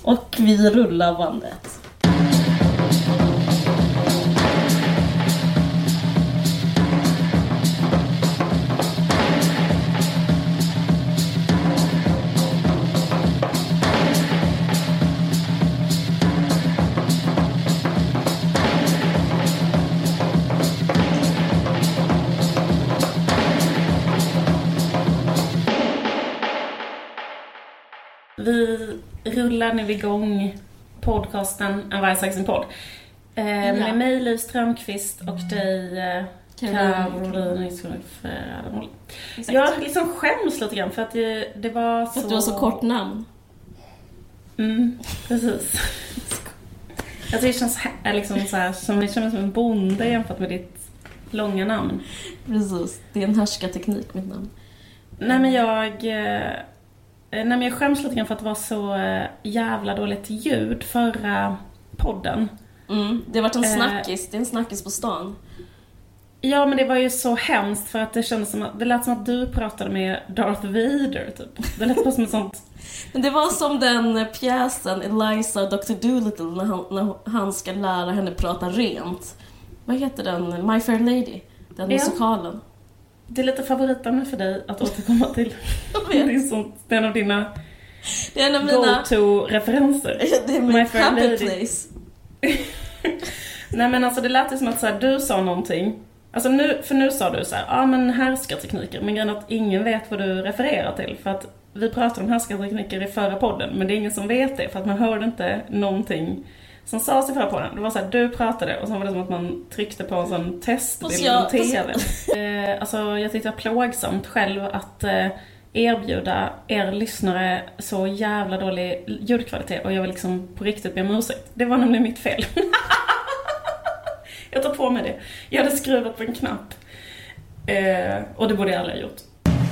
Och vi rullar bandet. Vi rullar nu igång podcasten En varje sak sin podd. Med mig Liv Strömqvist och dig Caroline. Jag liksom skäms lite grann för att det var så... För att du har så kort namn. Precis. Alltså det känns liksom så här, som en bonde jämfört med ditt långa namn. Precis, det är en härskarteknik mitt namn. Nej men jag skäms lite grann för att det var så jävla dåligt ljud förra podden. Det har varit en snackis, det är en snackis på stan. Ja men det var ju så hemskt för att det kändes som att, det lät som att du pratade med Darth Vader typ. Det lät på som ett sånt. Men det var som den pjäsen Eliza och Dr. Dolittle när han ska lära henne prata rent. Vad heter den? My Fair Lady, den musikalen. Det är lite favoritämne för dig att återkomma till. Det är en av dina go-to-referenser. Det är min happy place. Nej men alltså det lät ju som att så här, du sa någonting. Alltså nu sa du så här, men härskartekniker. Men grejen är att ingen vet vad du refererar till. För att vi pratade om härskartekniker i förra podden. Men det är ingen som vet det. För att man hörde inte någonting som sades i förra podden. Det var så här, du pratade och så var det som att man tryckte på en sån testbild på tv. Alltså jag tyckte det var plågsamt själv att erbjuda er lyssnare så jävla dålig ljudkvalitet. Och jag vill liksom på riktigt be om ursäkt. Det var nämligen mitt fel. Jag tar på mig det. Jag hade skruvat på en knapp. Och det borde jag aldrig ha gjort.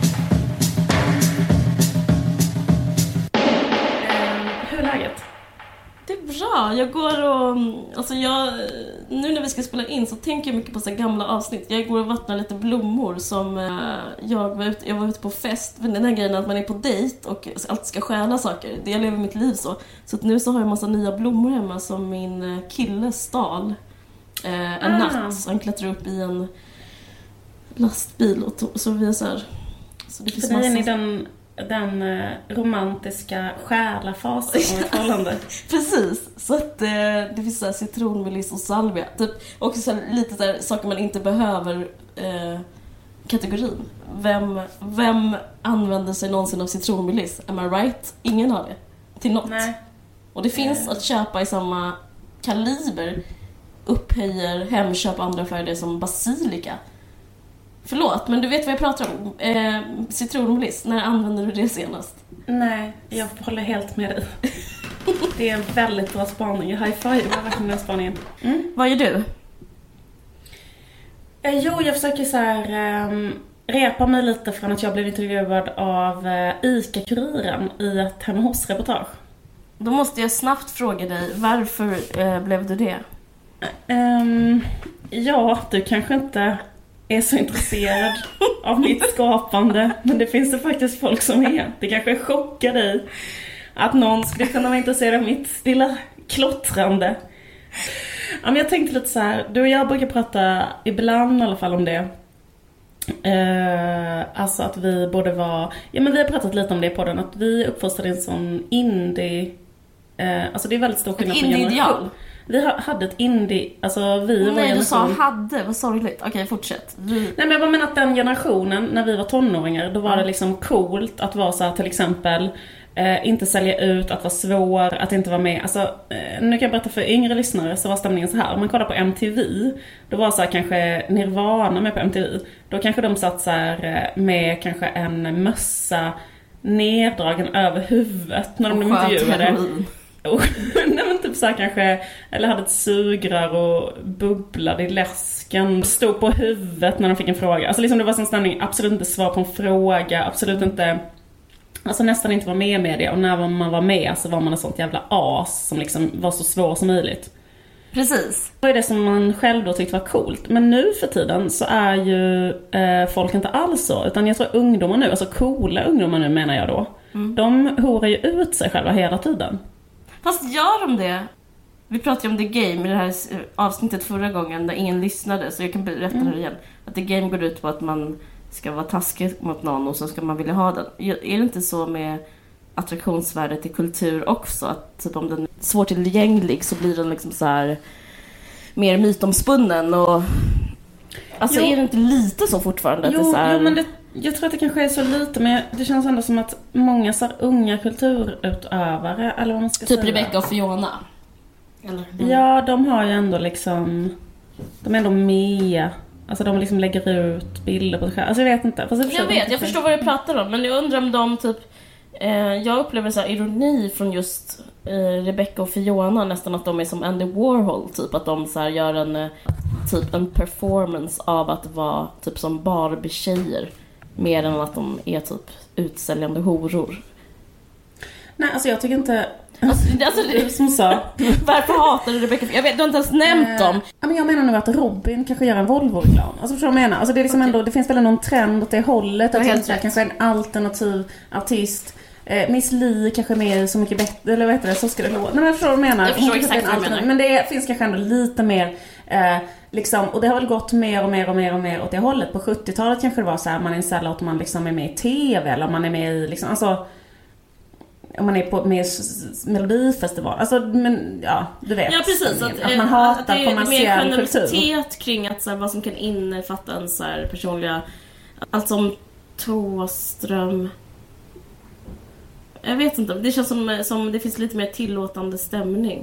Hur är läget? Det är bra. Jag går och... Alltså nu när vi ska spela in så tänker jag mycket på så gamla avsnitt. Jag går och vattnar lite blommor som jag var ute på fest. Den här grejen att man är på dejt och alltid ska stjäla saker. Det jag lever mitt liv så. Så att nu så har jag en massa nya blommor hemma som min kille stal en natt. Så han klättrar upp i en lastbil och så vi är så här. Så det finns massa... Den romantiska själafasen av ett förhållande. Precis, så att det finns så här citronmeliss och salvia typ, också så här, lite så här, saker man inte behöver kategorin. Vem använder sig någonsin av citronmeliss? Am I right? Ingen har det till något. Nej. Och det finns att köpa i samma kaliber. Upphöjer, Hemköp och andra affärer som basilika. Förlåt, men du vet vad jag pratar om. Citronmeliss, när använder du det senast? Nej, jag håller helt med dig. Det är en väldigt bra spaning. High five, det var verkligen den spaningen. Vad gör du? Jo, jag försöker så här repa mig lite från att jag blev intervjuad av ICA-Kuriren i ett hemma hos-reportage. Då måste jag snabbt fråga dig, varför blev du det? Ja, du kanske inte... är så intresserad av mitt skapande. Men det finns det faktiskt folk som är. Det kanske chockar dig att någon skulle kunna vara intresserad av mitt lilla klottrande. Ja, men jag tänkte lite så här. Du och jag brukar prata ibland i alla fall om det. Alltså att vi borde vara... Ja, men vi har pratat lite om det i podden. Att vi uppfostrade en sån indie... Alltså det är väldigt stor skillnad på generation. Vi hade ett indie, alltså vi var... Nej, du sa hade, vad sorgligt. Okej, fortsätt. Nej, men jag bara menar att den generationen, när vi var tonåringar, då var det liksom coolt att vara så här, till exempel, inte sälja ut, att vara svår, att inte vara med. Alltså, nu kan jag berätta för yngre lyssnare, så var stämningen så här. Om man kollar på MTV, då var så här, kanske Nirvana med på MTV. Då kanske de satt så här med kanske en mössa neddragen över huvudet när de intervjuade. Nej, men typ så här kanske, eller hade ett sugrör och bubblade i läsken, stod på huvudet när de fick en fråga. Alltså liksom det var sån stämning, absolut inte svar på en fråga, absolut inte, alltså nästan inte var med i media. Och när man var med så var man ett sånt jävla as som liksom var så svår som möjligt. Precis. Det var det som man själv då tyckte var coolt. Men nu för tiden så är ju folk inte alls så. Utan jag tror ungdomar nu, alltså coola ungdomar nu menar jag då, de horar ju ut sig själva hela tiden. Fast gör de det? Vi pratade ju om The Game i det här avsnittet förra gången där ingen lyssnade, så jag kan berätta det igen. Att The Game går ut på att man ska vara taskig mot någon och så ska man vilja ha den. Är det inte så med attraktionsvärdet i kultur också? Att typ om den är svårtillgänglig så blir den liksom så här mer mytomspunnen och... Alltså är det inte lite så fortfarande? Att det är så här... men jag tror att det kanske är så lite, men det känns ändå som att många så här unga kulturutövare, eller vad man ska säga. Typ Rebecca och Fiona. Eller? Ja, de har ju ändå liksom... De är ändå med. Alltså de liksom lägger ut bilder på sig själv. Alltså jag vet inte. Jag förstår vad du pratar om. Men jag undrar om de typ... jag upplever så här ironi från just Rebecca och Fiona. Nästan att de är som Andy Warhol. Typ att de så här gör en performance av att vara typ som Barbie-tjejer. Mer än att de är typ utsäljande horor. Nej, alltså jag tycker inte... Alltså du som sa. Varför hatar du Rebecca? Jag vet, du har inte ens nämnt dem. Men jag menar nu att Robin kanske gör en Volvo-reklam. Alltså förstår du vad jag menar? Alltså det är liksom ändå, det finns väl någon trend åt det hållet. Att det kanske är en alternativ artist. Miss Li kanske är med Så mycket bättre. Eller vad heter det? Så ska det låta. Nej, men jag förstår vad du menar. Jag förstår exakt vad du menar. Men det finns kanske ändå lite mer... liksom, och det har väl gått mer åt det hållet. På 70-talet kanske det var så här, man är en sellout och man liksom är med i TV. Eller om man är med i liksom... Alltså, om man är på med Melodifestival. Alltså, men ja, du vet. Ja, precis. Att man hatar kommersiell kultur. Det är mer generositet kring att, så här, vad som kan innefatta en så här, personliga... Alltså om Thåström... Jag vet inte. Det känns som det finns lite mer tillåtande stämning.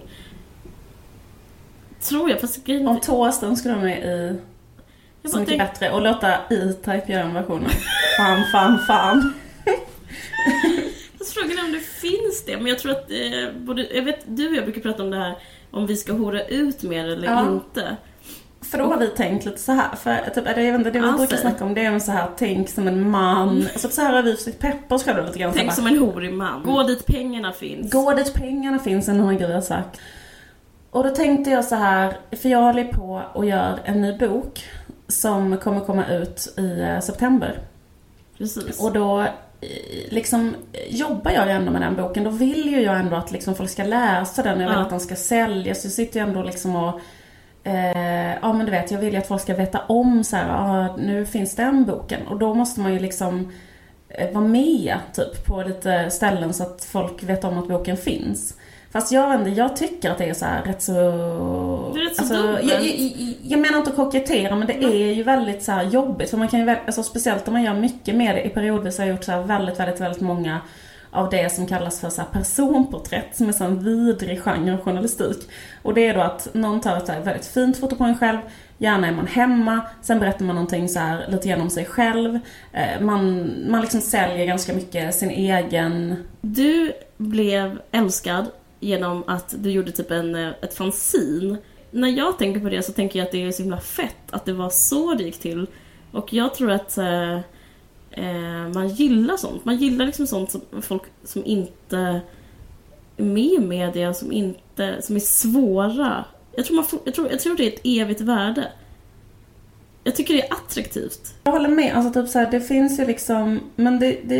Tror jag. Fast om Thåström skulle vara med i Så mycket bättre. Och låta E-Type göra en version. Fan. Frågan är om det finns det, men jag tror att jag vet, du och jag brukar prata om det här, om vi ska hora ut mer eller inte. För då har vi tänkt lite så här, för typ, jag vet inte, det vi brukar snacka om, det är så här, tänk som en man. Så här har vi försökt peppa oss själva lite grann. Tänk som en horig man. Gå dit pengarna finns. Gå dit pengarna finns, en annan grej jag sagt. Och då tänkte jag så här, för jag håller på och gör en ny bok som kommer komma ut i september. Precis. Och då liksom jobbar jag ju ändå med den boken. Då vill ju jag ändå att liksom folk ska läsa den. Jag vill att den ska säljas. Så jag sitter ju ändå liksom och ja, men du vet, jag vill ju att folk ska veta om så här, nu finns den boken. Och då måste man ju liksom vara med typ på lite ställen så att folk vet om att boken finns. Fast jag tycker att det är så här rätt så... Det är rätt så alltså, jag menar inte att kokettera, men det är ju väldigt så här jobbigt. För man kan ju, alltså, speciellt om man gör mycket med det. I perioder så har jag gjort så här väldigt många av det som kallas för så här personporträtt. Som är så en vidrig genre av journalistik. Och det är då att någon tar ett så här väldigt fint foto på en själv. Gärna är man hemma. Sen berättar man någonting så här lite genom sig själv. Man liksom säljer ganska mycket sin egen... Du blev älskad genom att du gjorde typ ett fanzine. När jag tänker på det så tänker jag att det är så himla fett att det var så det gick till. Och jag tror att man gillar sånt. Man gillar liksom sånt som folk som inte är med i media, som är svåra. Jag tror det är ett evigt värde. Jag tycker det är attraktivt. Jag håller med. Alltså typ så här, det finns ju liksom, men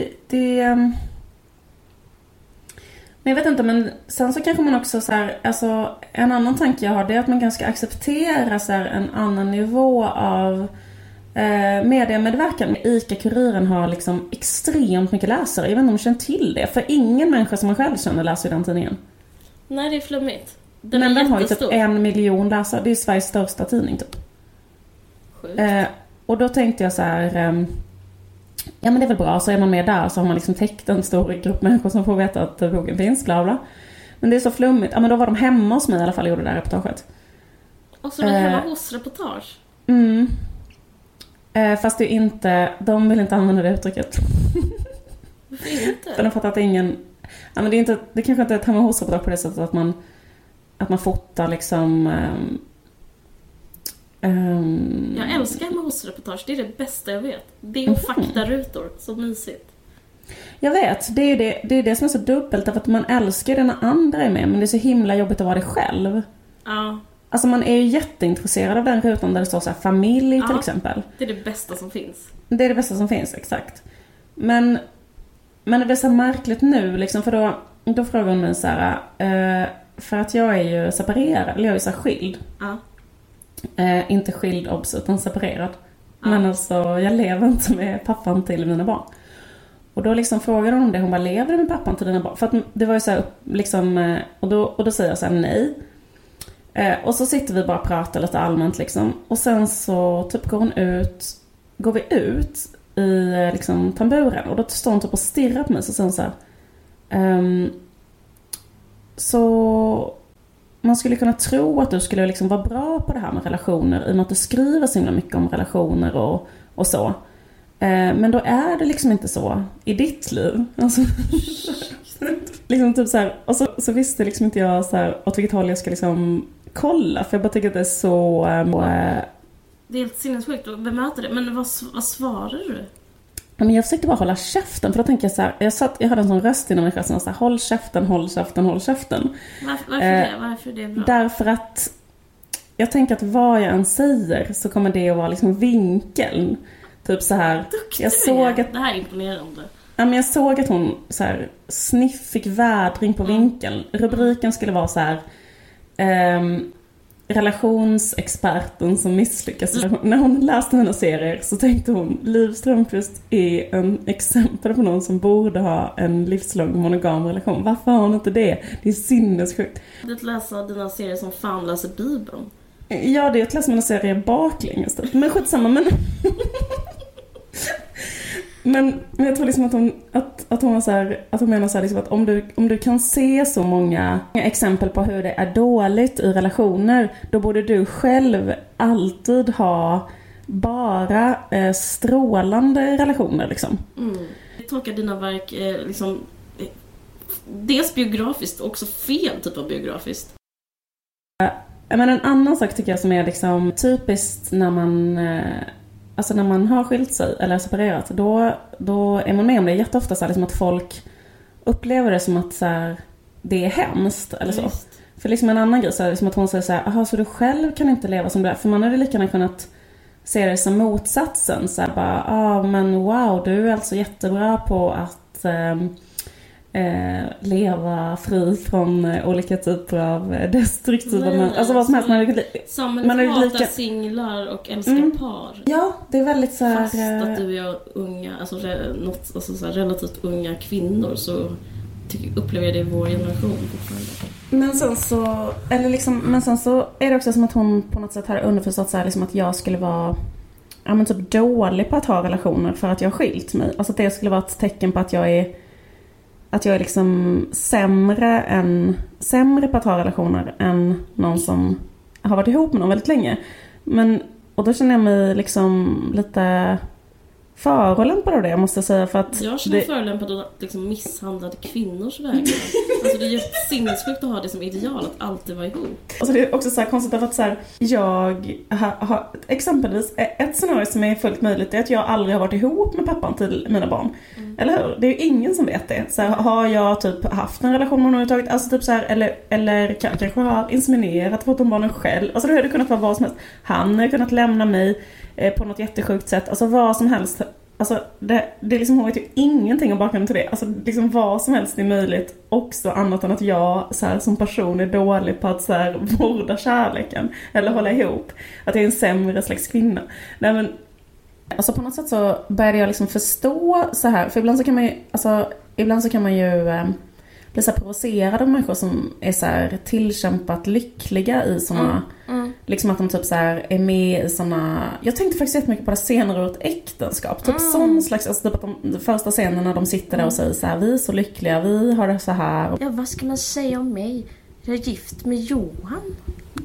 men jag vet inte, men sen så kanske man också så här, alltså en annan tanke jag har, det är att man ganska accepterar så här en annan nivå av mediemedverkan. ICA-Kuriren har liksom extremt mycket läsare. Jag vet inte om du känner till det, för ingen människa som man själv känner läser den tidningen. Nej, det är flummigt. Men den har ju typ 1 miljon läsare. Det är Sveriges största tidning typ. Sjukt. Och då tänkte jag så här, ja men det är väl bra, så är man med där så har man liksom täckt en stor grupp människor som får veta att boken finns, bla bla. Men det är så flummigt. Ja men då var de hemma hos mig i alla fall och gjorde det där reportaget. Och så det hemma hos reportage? Fast det är inte, de vill inte använda det uttrycket. Varför inte? För de fattar att ingen, ja men det kanske inte är ett hemma hos reportage på det sättet att man fotar liksom... jag älskar hemma hos reportage, det är det bästa jag vet. Det och faktarutor, så mysigt. Jag vet, det är det som är så dubbelt, för att man älskar det när andra är med, men det är så himla jobbigt att vara det själv. Ja. Alltså man är ju jätteintresserad av den rutan där det står så här familj till exempel. Det är det bästa som finns. Det är det bästa som finns, exakt. Men det blir så märkligt nu liksom, för då då frågar hon mig så här, för att jag är ju separerad, eller jag är ju så här skild. Ja. Inte skild obs, utan separerad. Men alltså, jag lever inte med pappan till mina barn. Och då liksom frågar hon om det, hon bara, lever du med pappan till dina barn? För att det var ju så här, liksom, och då säger jag så här, nej. Och så sitter vi bara och pratar lite allmänt liksom. Och sen så typ går vi ut i liksom tamburen. Och då står hon typ och stirrar på mig. Så säger hon så här, så man skulle kunna tro att du skulle liksom vara bra på det här med relationer, i och med att du skriver så himla mycket om relationer och så. Men då är det liksom inte så i ditt liv. Alltså, liksom typ så här, och så visste liksom inte jag så här, åt vilket håll jag ska liksom kolla, för jag bara tycker att det är så det är helt sinnessjukt att bemöta det. Men vad svarar du? Men jag försökte bara hålla käften, för då tänker jag så här, jag hade en sån röst inom mig själv som var så här, håll käften, håll käften, håll käften. Varför det är bra? Därför att jag tänker att vad jag än säger så kommer det att vara liksom vinkeln. Typ så här. Jag såg att det här är imponerande. Ja, men jag såg att hon så här fick vädring på vinkeln. Rubriken skulle vara så här, relationsexperten som misslyckas. När hon läste mina serier så tänkte hon, Liv Strömquist är en exempel på någon som borde ha en livslång monogam relation. Varför har hon inte det? Det är sinnessjukt. Att läsa dina serier som fan läser Bibeln. Ja, det är att läsa mina serier baklänges. Men skitsamma, men jag tror liksom att hon var så här, att hon menar så här liksom att om du kan se så många exempel på hur det är dåligt i relationer, då borde du själv alltid ha bara strålande relationer liksom. Jag tolkar dina verk liksom dels biografiskt, också fel typ av biografiskt. Men en annan sak tycker jag som är liksom typiskt när man har skilt sig eller separerat, då är man med om det jätteofta så här, liksom att folk upplever det som att så här, det är hemskt eller så. Just. För liksom en annan grej så är liksom att hon säger så här, aha, så du själv kan inte leva som du är. För man hade lika gärna kunnat se det som motsatsen, så här, bara, men wow, du är alltså jättebra på att leva fri från olika typer av destruktiva alltså vad som helst. Man hatar singlar och älskar par. Ja, det är väldigt så här, fast att du är unga, alltså så här, relativt unga kvinnor, så upplever jag det i vår generation fortfarande. Men sen så är det också som att hon på något sätt har underförstått så här, liksom att jag skulle vara typ dålig på att ha relationer för att jag har skilt mig. Alltså att det skulle vara ett tecken på att jag är liksom sämre på att ha relationer än någon som har varit ihop med någon väldigt länge. Och då känner jag mig liksom lite förolämpad av det, jag måste säga, för att jag känner förolämpad av liksom misshandlade kvinnors vägar. Alltså det är ju sinnessjukt att ha det som ideal, att alltid vara ihop. Alltså det är också så här konstigt att så här, jag har exempelvis ett scenario som är fullt möjligt är att jag aldrig har varit ihop med pappan till mina barn. Eller hur? Det är ju ingen som vet det. Så här, har jag typ haft en relation med någon överhuvudtaget? Alltså typ så här, eller kanske har inseminerat, fått de barnen själv. Alltså det hade kunnat vara vad som helst. Han har kunnat lämna mig på något jättesjukt sätt. Alltså vad som helst. Alltså det är liksom, hon vet ju ingenting om bakgrunden till det. Alltså liksom vad som helst är möjligt. Också annat än att jag så här, som person är dålig på att så här, vårda kärleken. Eller hålla ihop. Att jag är en sämre slags kvinna. Nej, men alltså på något sätt så började jag liksom förstå så här. För ibland så kan man ju bli så här provocerad av människor som är så här tillkämpat lyckliga i såna liksom att de typ så här är med i såna. Jag tänkte faktiskt jättemycket på det senare ur ett äktenskap. Typ sån slags, alltså typ att de första scenen när de sitter där och säger så här, vi är så lyckliga, vi har det så här. Ja, vad ska man säga om mig? Jag är gift med Johan.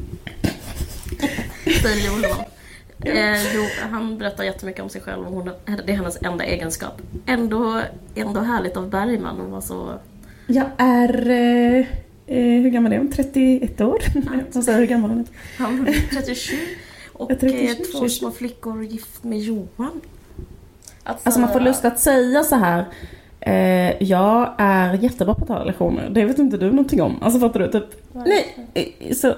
Säger Johan. Han berättar jättemycket om sig själv och det är hennes enda egenskap. Ändå härligt av Bergman. Hon var så. Jag är hur gammal är hon? 31 år? Vad säger hur gammal hon är? Han är 37 och 2 små flickor gift med Johan. Alltså man får lust att säga så här. Jag är jättebra på att ta relationer. Det vet inte du någonting om. Alltså fattar du? Typ, nej, så,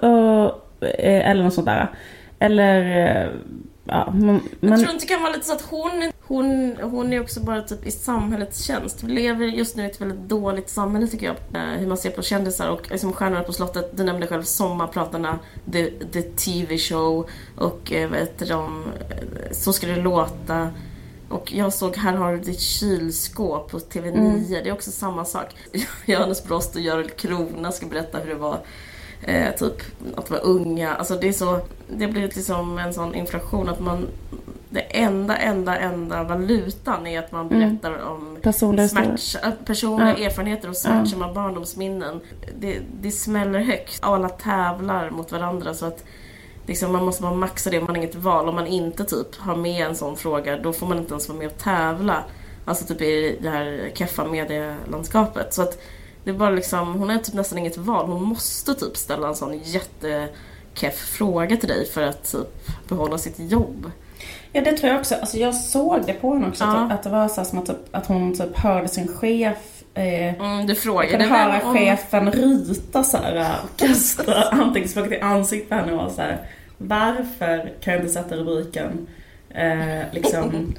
eller något sånt där. Eller ja, jag tror inte det kan vara lite så att hon är också bara typ i samhällets tjänst. Vi lever just nu i ett väldigt dåligt samhälle tycker jag. Hur man ser på kändisar och liksom Stjärnorna på slottet. Du nämnde själv Sommarpratarna, The TV show och vad heter de, Så ska det låta. Och jag såg Här har du ditt kylskåp på TV9. Det är också samma sak. Johannes Brost och Görel Krona ska berätta hur det var typ att vara unga. Alltså det är så, det blir liksom en sån inflation att man, det enda valutan är att man berättar om personliga erfarenheter och smärtsamma barndomsminnen. Det smäller högt. Alla tävlar mot varandra så att liksom, man måste bara maxa det. Man har inget val. Om man inte typ har med en sån fråga, då får man inte ens vara med och tävla. Alltså typ i det här keffa medielandskapet. Så att det är bara liksom, hon har typ nästan inget val. Hon måste typ ställa en sån jättekeff fråga till dig för att typ behålla sitt jobb. Ja, det tror jag också. Alltså jag såg det på henne också. Att det var så här som att hon typ hörde sin chef. Du frågade. Jag kunde höra chefen ryta så här och kasta anteckningsblocket i ansiktet på henne och så här: varför kan jag inte sätta rubriken liksom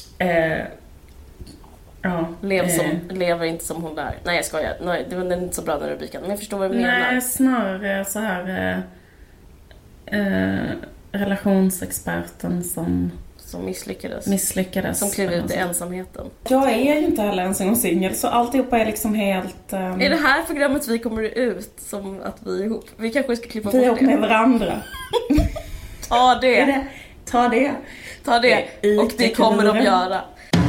lever inte som hon där. Nej, jag skojar. Nej, det var inte så bra den rubriken. Men jag förstår vad du menar. Nej, snarare så här relationsexperten som misslyckades. Som klev ut i ensamheten. Jag är ju inte heller ensam singel, så alltihopa är liksom helt... Är det här programmet vi kommer ut som att vi är ihop? Vi kanske ska klippa bort det. Vi är ihop med varandra. Ta det. Ta det. Och det kommer de göra.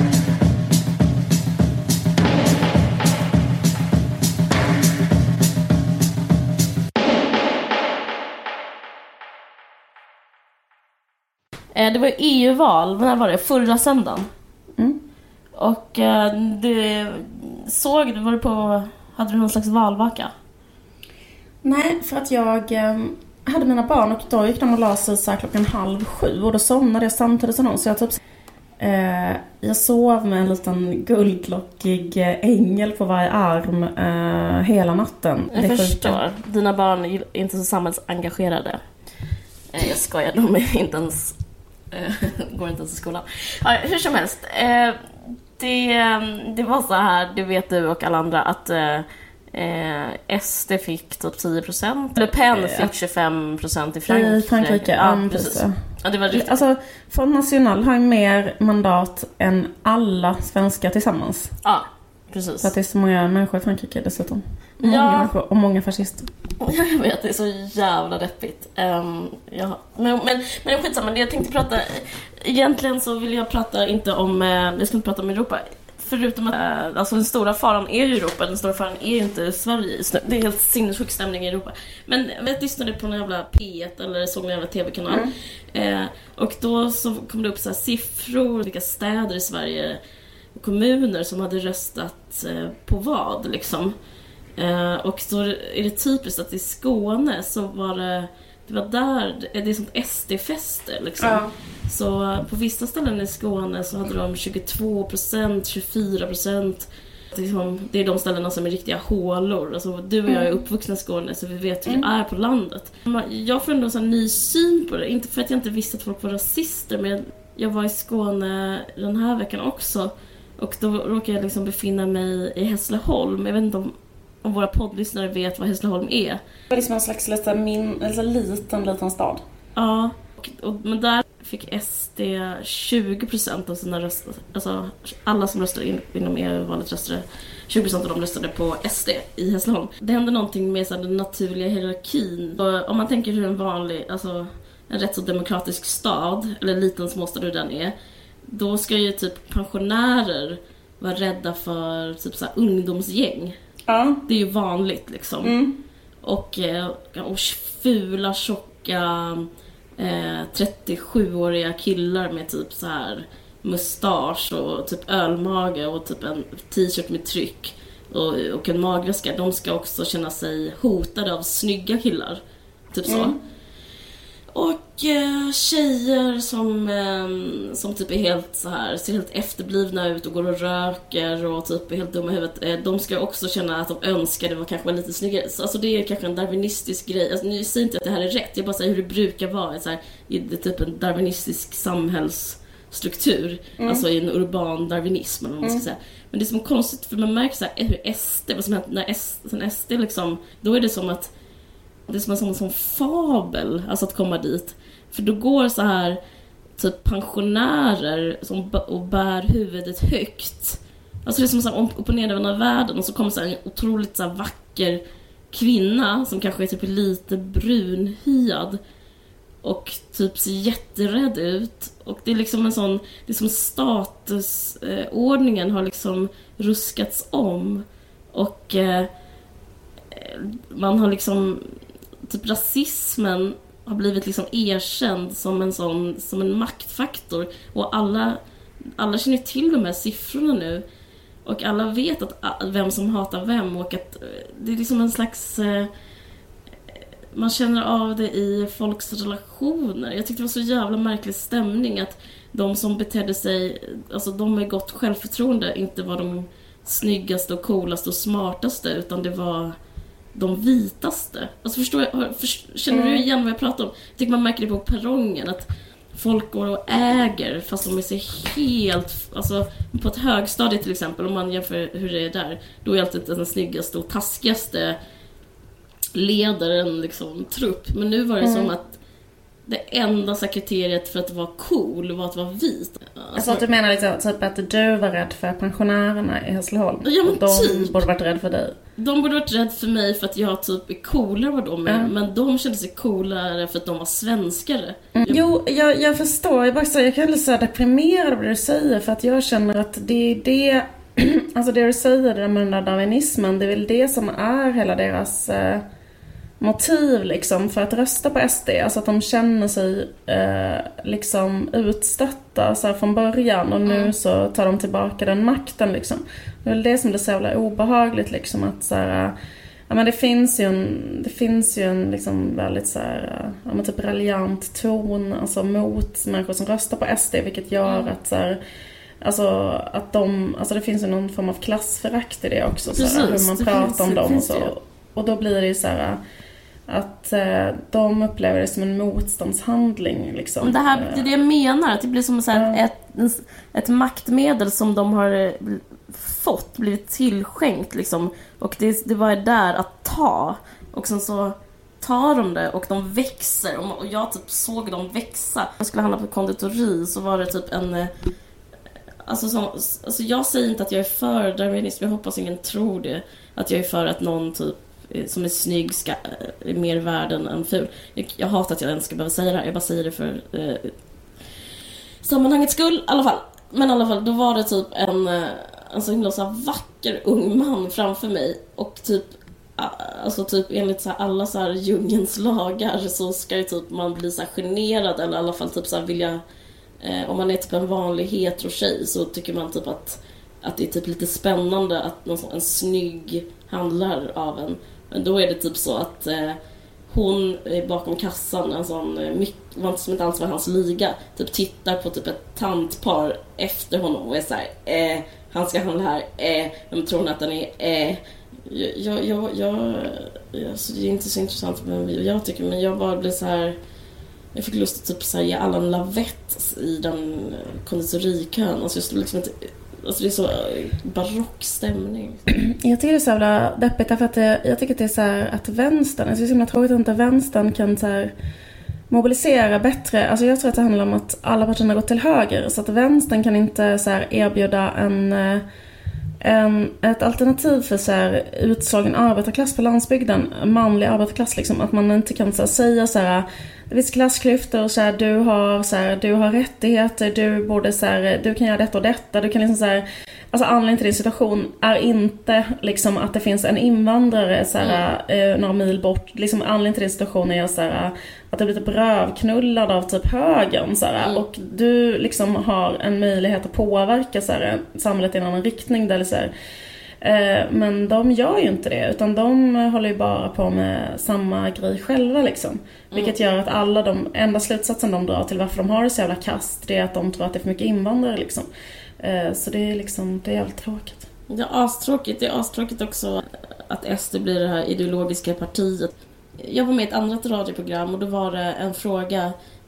Det var EU-val, när var det? Förra söndagen. Och hade du någon slags valvaka? Nej, för att jag hade mina barn och då gick de och la sig så här 6:30 och då somnade jag samtidigt som dem. Så jag typ jag sov med en liten guldlockig ängel på varje arm hela natten. Jag förstår. Dina barn är inte så samhällsengagerade. Jag skojar, de är inte ens... går inte ens i skolan. Ja, hur som helst. Det var så här, det vet du och alla andra, att SD fick typ 10%. Le Pen fick 25% i Frankrike. I Frankrike, ja, precis. Ja, det var riktigt. Alltså, Front National har ju mer mandat än alla svenskar tillsammans. Ja, precis. Så att det är så många människor i Frankrike dessutom. Många människor och många fascister. Jag vet, det är så jävla deppigt. Ja. Men skitsamma, jag tänkte prata... Egentligen så vill jag prata inte om... Jag ska inte prata om Europa. Förutom att alltså den stora faran är ju Europa. Den stora faran är ju inte Sverige just nu. Det är helt sinnessjuk stämning i Europa. Men jag lyssnade på en jävla P1 eller såg en jävla tv-kanal. Och då så kom det upp så här siffror. Vilka städer i Sverige och kommuner som hade röstat på vad liksom. Och så är det typiskt att i Skåne så var det var där, det är sånt SD-fester liksom. Ja. Så på vissa ställen i Skåne så hade de 22%, 24%. Det är de ställena som är riktiga hålor. Alltså, du och jag är uppvuxna i Skåne så vi vet hur det är på landet. Jag får ändå en sån ny syn på det. Inte för att jag inte visste att folk var rasister, men jag var i Skåne den här veckan också. Och då råkade jag liksom befinna mig i Hässleholm. Jag vet inte om våra poddlyssnare vet vad Hässleholm är. Det är liksom en slags liten stad. Ja, men där fick SD 20% av sina röster. Alltså alla som röstade inom EU-valet röstade, 20% av dem röstade på SD i Hässleholm. Det hände någonting med så här, den naturliga hierarkin. Och om man tänker hur en vanlig, alltså en rätt så demokratisk stad, eller liten småstad hur den är, då ska ju typ pensionärer vara rädda för typ så här ungdomsgäng. Ja. Det är ju vanligt liksom. Och fula, tjocka 37-åriga killar med typ så här mustasch och typ ölmage och typ en t-shirt med tryck och en magväska. De ska också känna sig hotade av snygga killar. Typ så. Och tjejer som typ är helt så här, ser helt efterblivna ut och går och röker och typ är helt dumma i huvudet. De ska också känna att de önskar det var kanske var lite snyggare. Alltså det är kanske en darwinistisk grej. Alltså, nu säger inte att det här är rätt. Jag bara säger hur det brukar vara så här, i typ en darwinistisk struktur. Alltså i en urban darwinism eller vad man ska säga. Men det är som konstigt, för man märker så här, hur SD, vad som hänt när SD liksom, då är det som att det är som en sån fabel, alltså att komma dit. För då går så här typ pensionärer och bär huvudet högt. Alltså det är som så här upp och ner över världen, och så kommer så här en otroligt så här vacker kvinna som kanske är typ lite brunhyad och typ ser jätterädd ut, och det är liksom en sån, det är som statusordningen har liksom ruskats om, och man har liksom typ rasismen har blivit liksom erkänd som en maktfaktor, och alla känner till de här siffrorna nu, och alla vet att vem som hatar vem, och att det är liksom en slags man känner av det i folks relationer. Jag tyckte det var så jävla märklig stämning att de som betedde sig, alltså de med gott självförtroende, inte var de snyggaste och coolaste och smartaste, utan det var de vitaste. Alltså känner du igen vad jag pratar om? Jag tycker man märker det på perrongen, att folk går och äger fast de är så helt, alltså på ett högstadie till exempel, om man jämför hur det är där, då är alltid den snyggaste och taskigaste ledaren liksom trupp. Men nu var det som att det enda kriteriet för att vara cool var att vara vit. Alltså att du menar liksom, typ att du var rädd för pensionärerna i Hässleholm? Ja, men de typ. Borde varit rädd för dig? De borde varit rädd för mig för att jag typ är coolare vad de är. Men de kände sig coolare för att de var svenskare. Jo, jag förstår. Jag kan bli så deprimerad av det du säger, för att jag känner att det är det alltså det du säger, det med den där darwinismen, det är väl det som är hela deras motiv liksom för att rösta på SD. Alltså att de känner sig liksom utstötta så här från början, och nu så tar de tillbaka den makten liksom. Det är väl det som blir så jävla obehagligt liksom, att så här, ja, men det finns ju en liksom väldigt så här, ja, men typ raljant ton alltså mot människor som röstar på SD, vilket gör att så här, alltså att alltså det finns ju någon form av klassförakt i det också. Precis, så här, hur man pratar om dem och så. Och då blir det ju så här att de upplever det som en motståndshandling liksom. Det är det jag menar, att det blir som så här ett maktmedel som de har blivit tillskänkt liksom, och det var där att ta, och sen så tar de det och de växer, och jag typ såg dem växa. Jag skulle handla på konditori, så var det typ en alltså jag säger inte att jag är för darwinism, jag hoppas ingen tror det, att jag är för att någon typ som är snygg är mer värd än ful. Jag hatar att jag ens ska behöva säga det här, jag bara säger det för sammanhangets skull i alla fall. Men i alla fall, då var det typ en så himla så vacker ung man framför mig, och typ alltså typ enligt så här, alla så här djungens lagar så ska ju typ man bli så här generad, eller i alla fall typ så här vilja om man är typ en vanlig hetero tjej, så tycker man typ att det är typ lite spännande att en snygg handlar av en. Men då är det typ så att hon är bakom kassan, en sån som inte alls var hans liga, typ tittar på typ ett tantpar efter honom och är så här, han ska handla här, de tror att den är så det är inte så intressant men jag tycker, men jag bara blir så här, jag fick lust att typ så här, ge alla en lavett i den konditorikön, alltså jag stod liksom inte. Alltså det är så barock stämning. Jag tycker det är så jävla deppigt, därför att jag tycker att det är så här att vänstern, alltså det är så himla tråkigt att inte vänstern kan så här mobilisera bättre. Alltså jag tror att det handlar om att alla partierna går till höger, så att vänstern kan inte så här erbjuda ett alternativ för så här utslagen arbetarklass på landsbygden, manlig arbetarklass liksom, att man inte kan så här, säga så här, det finns klassklyftor och så här, du har rättigheter, du borde så här, du kan göra detta och detta, du kan liksom så här, alltså anledningen till din situation är inte liksom att det finns en invandrare så här, några mil bort, liksom anledningen till din situation är så här, att du blir typ rövknullad av typ högern så här, och du liksom har en möjlighet att påverka så här, samhället i en annan riktning där, så här. Men de gör ju inte det, utan de håller ju bara på med samma grej själva liksom. Vilket gör att alla enda slutsatsen de drar till varför de har det så jävla kast, det är att de tror att det är för mycket invandrare liksom. Så det är liksom, det är jävligt tråkigt. Det är astråkigt också att SD blir det här ideologiska partiet. Jag var med i ett annat radioprogram och då var det en fråga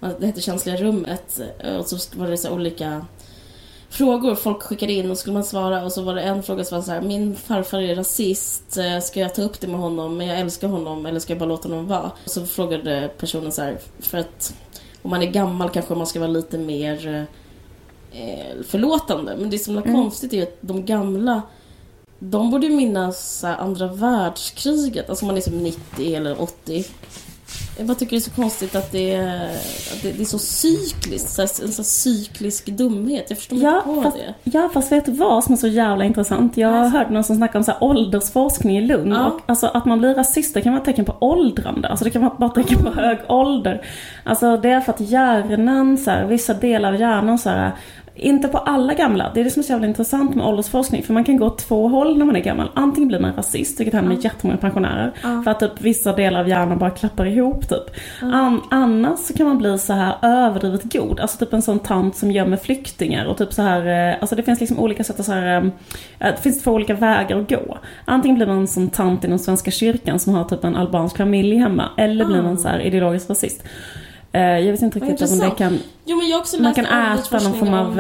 det heter Känsliga rummet, och så var det så olika frågor folk skickade in och skulle man svara, och så var det en fråga som var så här: min farfar är rasist, ska jag ta upp det med honom, men jag älskar honom, eller ska jag bara låta honom vara? Och så frågade personen så här, för att om man är gammal kanske man ska vara lite mer förlåtande, men det som är konstigt är att de gamla, de borde ju minnas andra världskriget, alltså man är som 90 eller 80. Jag bara tycker det är så konstigt att det är så cykliskt, en så cyklisk dumhet. Jag förstår inte på det. Ja, fast vet du vad som är så jävla intressant? Jag har hört någon som snackar om så här åldersforskning i Lund. Och alltså att man blir rasist, det kan vara ett tecken på åldrande. Alltså det kan vara bara ett tecken på hög ålder. Alltså det är för att hjärnan, så här, vissa delar av hjärnan så här, inte på alla gamla. Det är det som är så jävla intressant med åldersforskning. För man kan gå åt två håll när man är gammal. Antingen blir man rasist, vilket händer med jättemånga pensionärer. För att typ vissa delar av hjärnan bara klappar ihop typ. Annars så kan man bli så här överdrivet god. Alltså typ en sån tant som gömmer flyktingar. Och typ så här, alltså det finns liksom olika sätt att så här, det finns två olika vägar att gå. Antingen blir man en sån tant inom Svenska kyrkan som har typ en albansk familj hemma. Eller blir man så här ideologisk rasist. Jag vet inte riktigt om det kan... Jo, men jag också man kan äta någon form av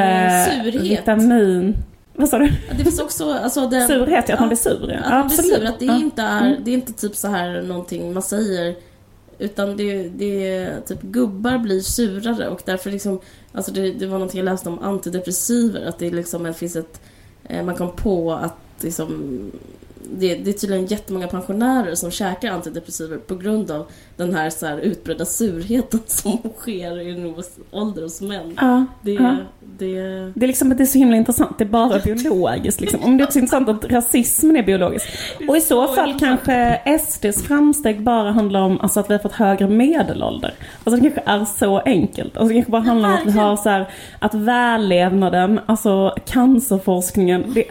vitamin. Vad sa du? Det finns också alltså surhet, att man blir sur. Att man blir sur, att det inte är det är inte typ så här någonting man säger, utan det är typ gubbar blir surare, och därför liksom, alltså det var någonting jag läste om antidepressiver, att det liksom det finns ett man kom på att liksom det är tydligen jättemånga pensionärer som käkar antidepressiver på grund av den här, så här utbredda surheten som sker i ålder hos män. Det är liksom, det är så himla intressant. Det är bara biologiskt liksom. Om det är så intressant att rasismen är biologisk. Och i så fall kanske SDs framsteg bara handlar om alltså, att vi har fått högre medelålder. Alltså det kanske är så enkelt. Alltså det kanske bara handlar om att vi har så här, att vällevnaden, alltså cancerforskningen, det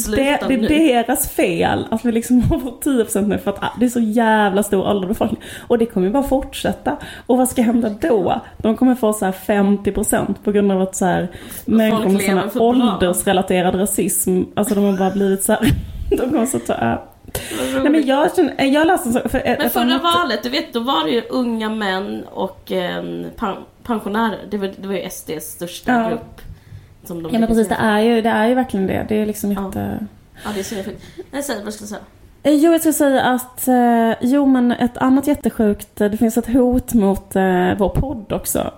är deras fel. Att vi liksom har fått 10% nu för att det är så jävla stor ålderbefolkning. Och det kommer ju bara fortsätta. Och vad ska hända då? De kommer få så här 50% på grund av att så här människor med sån här åldersrelaterad rasism, alltså de har bara blivit så här, de kommer så ta. Nej, men jag läste så men förra valet, du vet, då var det ju unga män och pensionärer. Det var ju SDs största grupp som de. Ja, men precis, det är ju verkligen det. Det är liksom inte. Ja, det är så fint. Nej, säg vad ska jag säga? Jo, jag ska säga att men ett annat jättesjukt, det finns ett hot mot vår podd också.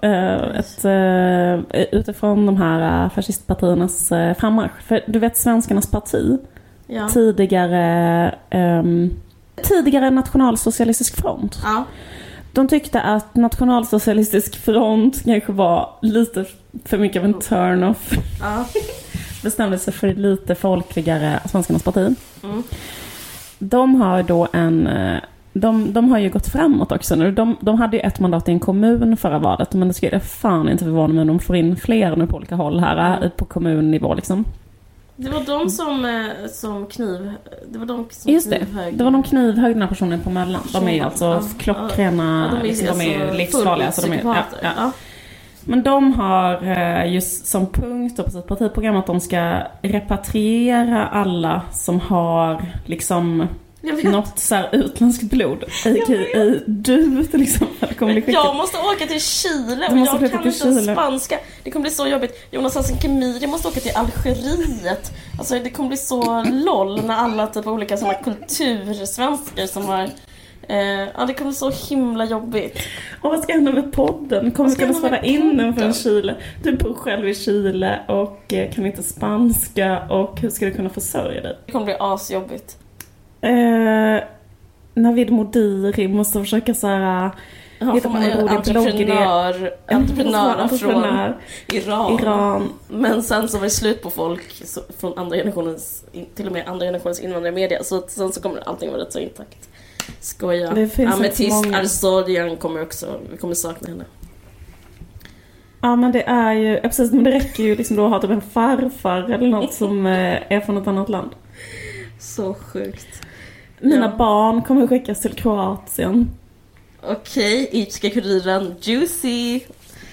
Utifrån de här fascistpartiernas frammarsch. För du vet, Svenskarnas parti, tidigare Nationalsocialistisk front. Ja. De tyckte att Nationalsocialistisk front kanske var lite för mycket av en turn-off. Ja. Bestämde sig för lite folkligare Svenskarnas parti. De har då de har ju gått framåt också nu. De hade ju ett mandat i en kommun förra valet, men det skulle fan inte förvåna mig om de får in fler nu på olika håll här på kommunnivå liksom. Det var de som kniv. Det var de som just knivhögg. Det var de knivhögna personerna på Möllan. De är alltså klockrena, de är livsfarliga så de är Men de har just som punkt på sitt partiprogram att de ska repatriera alla som har liksom något så här utländskt blod. Du till exempel kommer bli jag måste åka till Chile och jag kan inte spanska. Det kommer bli så jobbigt. Jonas Hassan Khemiri måste åka till Algeriet. Alltså det kommer bli så loll när alla typ av olika såna kultursvenskar som har det kommer bli så himla jobbigt. Och vad ska hända med podden? Kommer vi kunna spela in den från Chile? Du bor själv i Chile och kan inte spanska. Och hur ska du kunna försörja dig? Det kommer bli asjobbigt. Navid Modiri måste försöka så här entreprenör från Iran. Men sen så var det slut på folk från andra generationens, till och med andra generationens invandrarmedia. Så sen så kommer allting vara rätt så intakt. Skoja. Ametist Arsodian kommer också. Vi kommer sakna henne. Ja, men det är ju precis, men det räcker ju liksom då att ha typ en farfar eller något som är från ett annat land. Så sjukt. Mina barn kommer skickas till Kroatien. Okej, Ipska Kuriren, juicy.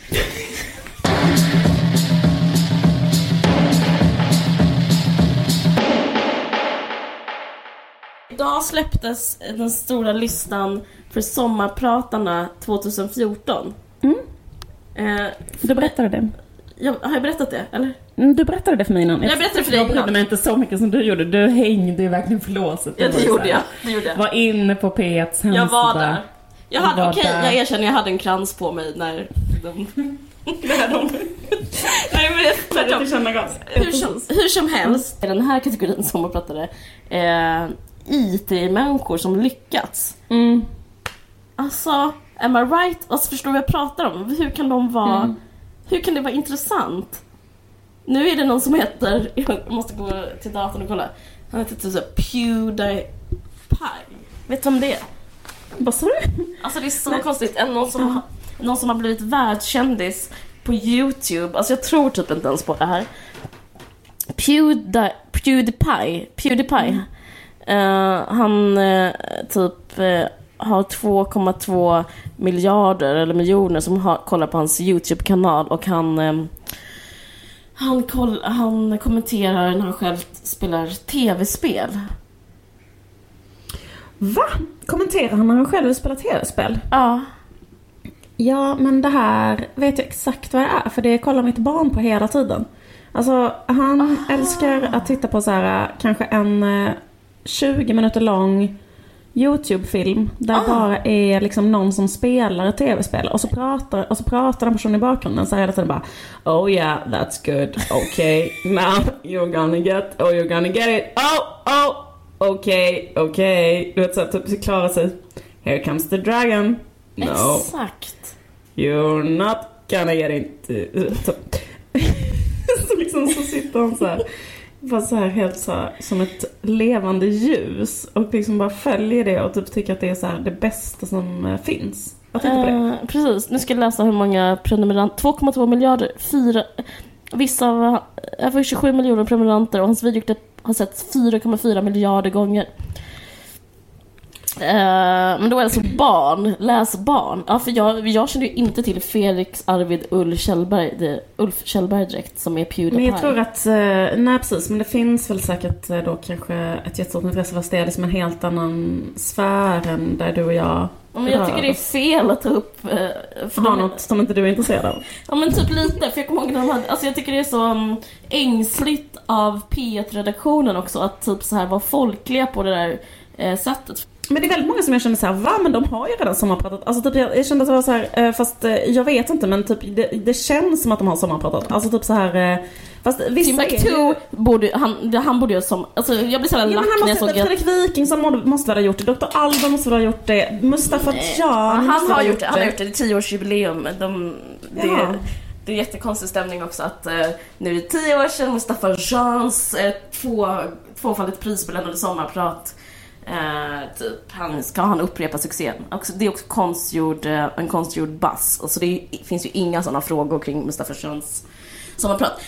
Idag släpptes den stora listan för sommarpratarna 2014. Du berättade det. Har jag berättat det, eller? Du berättade det för mig innan. Jag berättade för dig innan. Jag brydde mig inte så mycket som du gjorde. Du hängde ju verkligen för låset. Ja, det gjorde jag. Var inne på P1s hemsida. Jag var där. Jag erkänner, jag hade en krans på mig när de... Nej, men hur som helst, i den här kategorin som man pratade, IT-människor som lyckats. Alltså, am I right? Alltså, förstår du vad jag pratar om? Hur kan de vara... Hur kan det vara intressant? Nu är det någon som heter... Jag måste gå till datorn och kolla. Han heter typ så PewDiePie. Vet du om det är? Vad sa du? Alltså det är så konstigt. Någon som har blivit världskändis på YouTube. Alltså jag tror typ inte ens på det här. PewDiePie. Han typ har 2,2 miljarder eller miljoner som kollar på hans YouTube-kanal. Och han kommenterar när han själv spelar tv-spel. Va? Kommenterar han när han själv spelar tv-spel? Ja. Ja, men det här vet jag exakt vad det är. För det kollar mitt barn på hela tiden. Alltså, han älskar att titta på så här, kanske en 20 minuter lång YouTube-film. Där bara är liksom någon som spelar ett tv-spel. Och så pratar den personen i bakgrunden. Så hela tiden bara, oh yeah, that's good. Okay, now you're gonna get it. Oh. Okej. Du vet så typ klarar sig. Here comes the dragon. No. Exakt. You're not gonna get it. Så liksom så sitter han så här. Bara så här helt så här, som ett levande ljus. Och liksom bara följer det och typ tycker att det är så här det bästa som finns. Jag tänkte på det. Precis, nu ska jag läsa hur många prenumeranter. 2,2 miljarder. Vissa av över 27 miljoner prenumeranter. Och hans videoklipp har sett 4,4 miljarder gånger. Men då är det alltså läs barn. Ja, för jag känner ju inte till Felix Arvid Ulf Kjellberg direkt, som är PewDiePie. Men jag tror att, nej precis, men det finns väl säkert då kanske ett jättestort intresse för det är liksom en helt annan sfär än där du och jag. Men jag tycker det är fel att ta upp något som inte du är intresserad av. Ja, men typ lite, för jag kommer ihåg alltså jag tycker det är så ängsligt av P1-redaktionen också att typ så här vara folkliga på det där sättet. Men det är väldigt många som jag känner så här, va, men de har ju redan sommarpratat. Alltså typ jag kände att det var så här, fast jag vet inte, men typ det känns som att de har sommarpratat. Alltså typ så här, fast vissa Timbuktu han borde ju som, alltså jag blir så här lack när jag såg Fredrik Wiking som måste väl ha gjort det. Dr. Alba måste väl ha gjort det. Mustafa Can han har gjort det. Han har gjort det i 10-årsjubileum. Det är jättekonstig stämning också att nu är det 10 år sedan Mustafa Cans tvåfaldigt prisbelönade sommarprat. Typ han upprepa succén. Det är också en konstgjord bass. Alltså det finns ju inga sådana frågor kring Mustafa Cans sommarprat.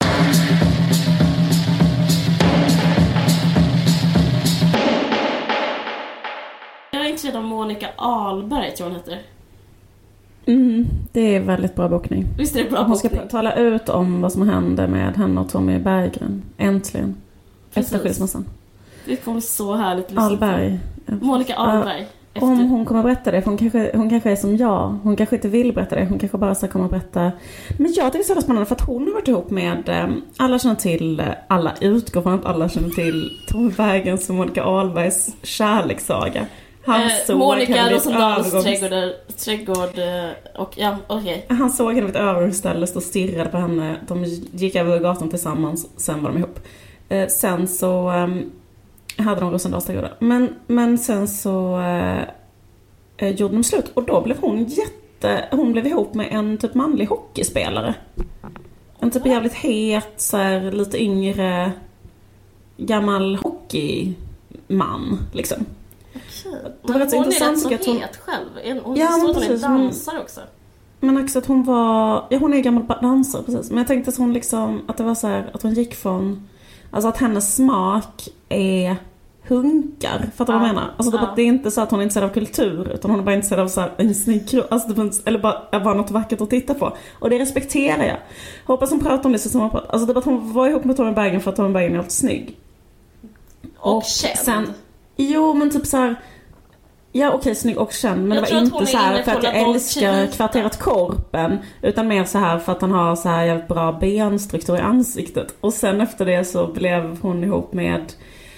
Jag är intresserad av Monica Ahlberg, tror hon heter. Det är väldigt bra bokning. Visst är det bra bokning? Hon ska tala ut om vad som hände med henne och Tommy Berggren. Äntligen. Efter skilsmässan. Det kommer så härligt. Ahlberg. Monica Ahlberg. Om hon kommer att berätta det, för hon kanske är som jag. Hon kanske inte vill berätta det. Hon kanske bara så kommer att berätta. Men jag tycker det är så spännande för att hon har varit ihop med alla utgår från att alla känner till Tommy Berggrens och Monica Ahlbergs kärlekssaga. Monica Rosendahls trädgård och ja, okej. Han såg henne vid ett överhusställe och stirrade på henne. De gick över gatan tillsammans, sen var de ihop. Sen så hade de Rosendahls trädgårdar. Men sen så gjorde de slut och då blev hon blev ihop med en typ manlig hockeyspelare. En typ jävligt het, så här, lite yngre gammal hockeyman liksom. Det var rätt hon intressant är rätt så het själv. Hon är dansare också. Men också att hon är gammal dansare precis. Men jag tänkte att hon liksom att det var så här att hon gick från, alltså att hennes smak är hunkar, fattar du vad jag menar? Alltså det är inte så att hon är intresserad av kultur, utan hon är bara intresserad av så här en snygg, alltså eller bara något vackert att titta på. Och det respekterar jag. Hoppas hon pratar om det som hon pratar. Alltså det var att hon var ihop med Tommy Berggren för att Tommy Berggren är helt snygg. Och känd. Sen, jo, men typ så här, Ja, okej, snygg och känd. Men det var inte så här för att jag älskar kvarteret Korpen. Utan mer så här för att han har så här jävligt bra benstruktur i ansiktet. Och sen efter det så blev hon ihop med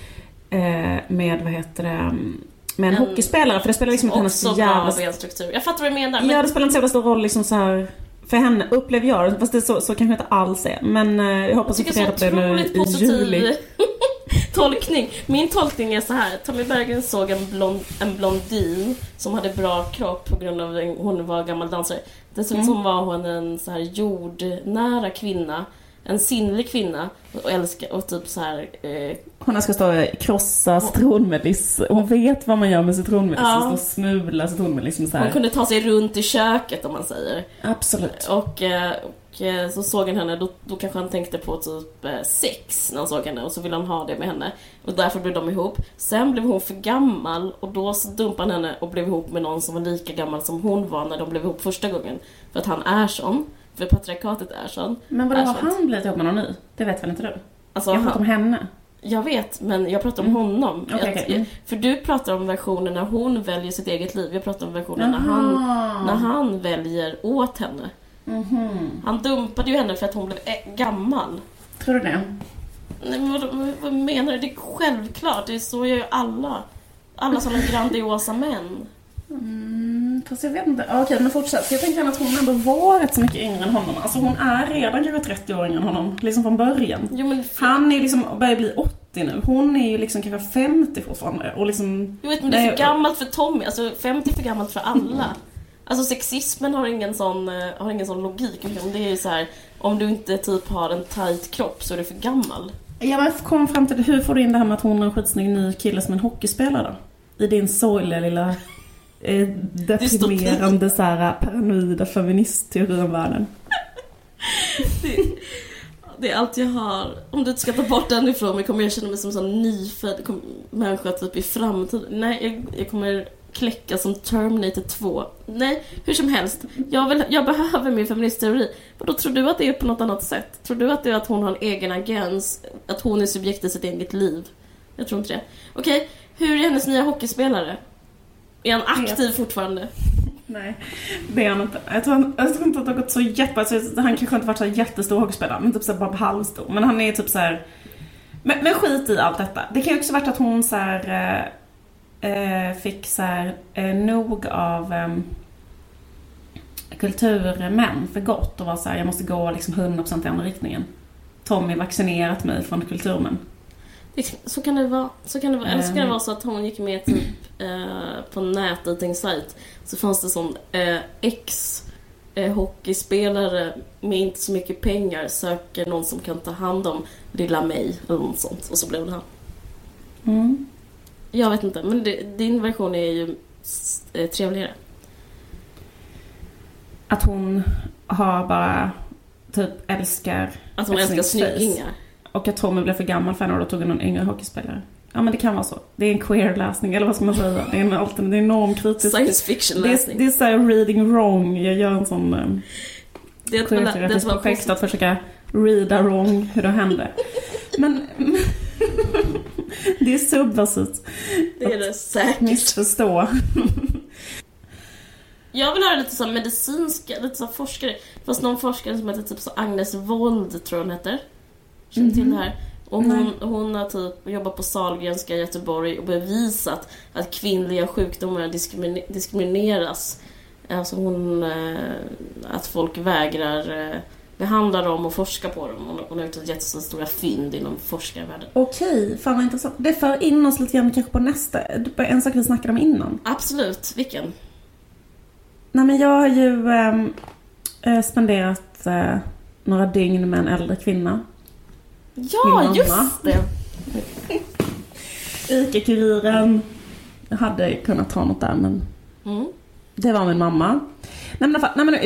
vad heter det... med en hockeyspelare. För det spelar liksom inte hennes jävla... benstruktur. Jag fattar vad du menar. Men... Ja, det spelar inte så stor roll liksom så här... För henne upplever jag det. Fast det så kanske inte alls är. Men jag hoppas att få reda på det nu i juli. Tolkning. Min tolkning är så här. Tommy Berggren såg en blondin som hade bra kropp på grund av att hon var gammal dansare. Dessutom var hon en så här jordnära kvinna, en sinnlig kvinna och älskar och typ så här hon ska stå och krossa citronmeliss. Hon vet vad man gör med citronmeliss. Ja. Stå och smula citronmeliss så här. Hon kunde ta sig runt i köket om man säger. Absolut. Och så såg han henne, då kanske han tänkte på typ sex när han såg henne och så ville han ha det med henne och därför blev de ihop. Sen blev hon för gammal och då så dumpade han henne och blev ihop med någon som var lika gammal som hon var när de blev ihop första gången. För att han är sån, för patriarkatet är sån. Men vad har han blivit ihop med någon ny? Det vet väl inte du? Alltså, jag pratar om henne. Jag vet, men jag pratar om honom. Okay. För du pratar om versionen när hon väljer sitt eget liv. Jag pratar om versionen när han väljer åt henne. Han dumpade ju henne för att hon blev gammal. Tror du det? Nej, men vad menar du? Det är självklart. Det är så gör ju alla sådana grandiosa män. Fast jag vet inte. Okej, men fortsätt. Jag tänker att hon ändå var rätt så mycket yngre än honom. Alltså hon är redan kanske 30 år yngre än honom. Liksom från början. Jo, men han är liksom börjar bli 80 nu. Hon är ju liksom kanske 50 fortfarande. Och liksom... Jag vet, men det är för gammalt för Tommy. Alltså 50 är för gammalt för alla. Alltså sexismen har ingen sån logik. Det är ju så här, om du inte typ har en tight kropp så är du för gammal. Jag kom fram till det. Hur får du in det här med att hon är en skitsnygg ny kille som en hockeyspelare då? I din sorgliga lilla deprimerande så här paranoida feministteori om världen. Det är allt jag har. Om du inte ska ta bort den ifrån mig kommer jag känna mig som en sån nyfödd människa typ i framtiden. Nej, jag kommer kläcka som Terminator 2. Nej, hur som helst. Jag behöver min feministteori. Och då tror du att det är på något annat sätt? Tror du att det är att hon har en egen agens? Att hon är subjekt i sitt eget liv? Jag tror inte det. Okej, hur är hennes nya hockeyspelare? Är han aktiv fortfarande? Nej, det är han inte. Jag tror inte att det har gått så han kanske inte varit så jättestor hockeyspelare, men typ så bara halvstor. Men han är typ så här... Men skit i allt detta. Det kan ju också varit att hon så här... fick så här, nog av kulturmän för gott och var så här, jag måste gå liksom 100% i andra riktningen. Tommy vaccinerat mig från kulturmän. Så kan det vara. Eller så kan det vara så att hon gick med typ på en nätdating-sajt. Så fanns det sån hockeyspelare med inte så mycket pengar söker någon som kan ta hand om lilla mig eller något sånt. Och så blev det här. Jag vet inte, men din version är ju trevligare. Att hon har bara typ älskar... Att hon älskar snyggingar. Och att Tommy blev för gammal för henne och då tog någon yngre hockeyspelare. Ja, men det kan vara så. Det är en queer-läsning, eller vad ska man säga? Det är en enorm kritisk... Science fiction-läsning. Det är så här reading wrong. Jag gör en sån queer-teoretisk projekt att försöka reada wrong hur det hände. Men det är subversivt. Det är det säkert. Missförstå. Jag vill höra lite så medicinska, lite så forskare. Fast någon forskare som heter typ så Agnes Wold, tror hon heter. Känner till det här. Och hon har typ jobbat på Sahlgrenska i Göteborg och bevisat att kvinnliga sjukdomar diskrimineras. Alltså att folk vägrar behandla dem och forska på dem. Hon har gjort ett jättestora fynd inom forskarvärlden. Okej, fan vad intressant. Det för in oss lite grann kanske på nästa. En sak vi snackade om innan. Absolut, vilken? Nej, men jag har ju spenderat några dygn med en äldre kvinna. Ja, just det. Ica-kuriren. Jag hade kunnat ta något där, men det var min mamma. Nej, men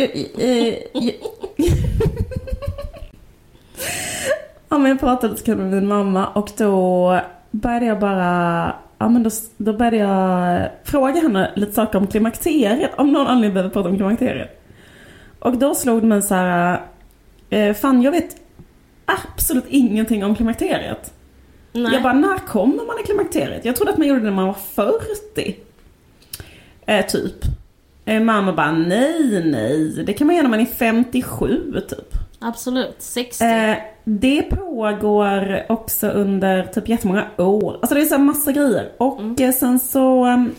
jag pratade lite med min mamma och då började jag bara... Ja, men då började jag fråga henne lite saker om klimakteriet. Om någon anledning behöver prata om klimakteriet. Och då slog det mig så här... fan, jag vet absolut ingenting om klimakteriet. Nej. Jag bara, när kommer man i klimakteriet? Jag trodde att man gjorde det när man var 40. typ. Mamma bara, nej, det kan man göra när man är 57 typ. Absolut, 60. Det pågår också under typ jättemånga år. Alltså det är så här massa grejer. Och sen så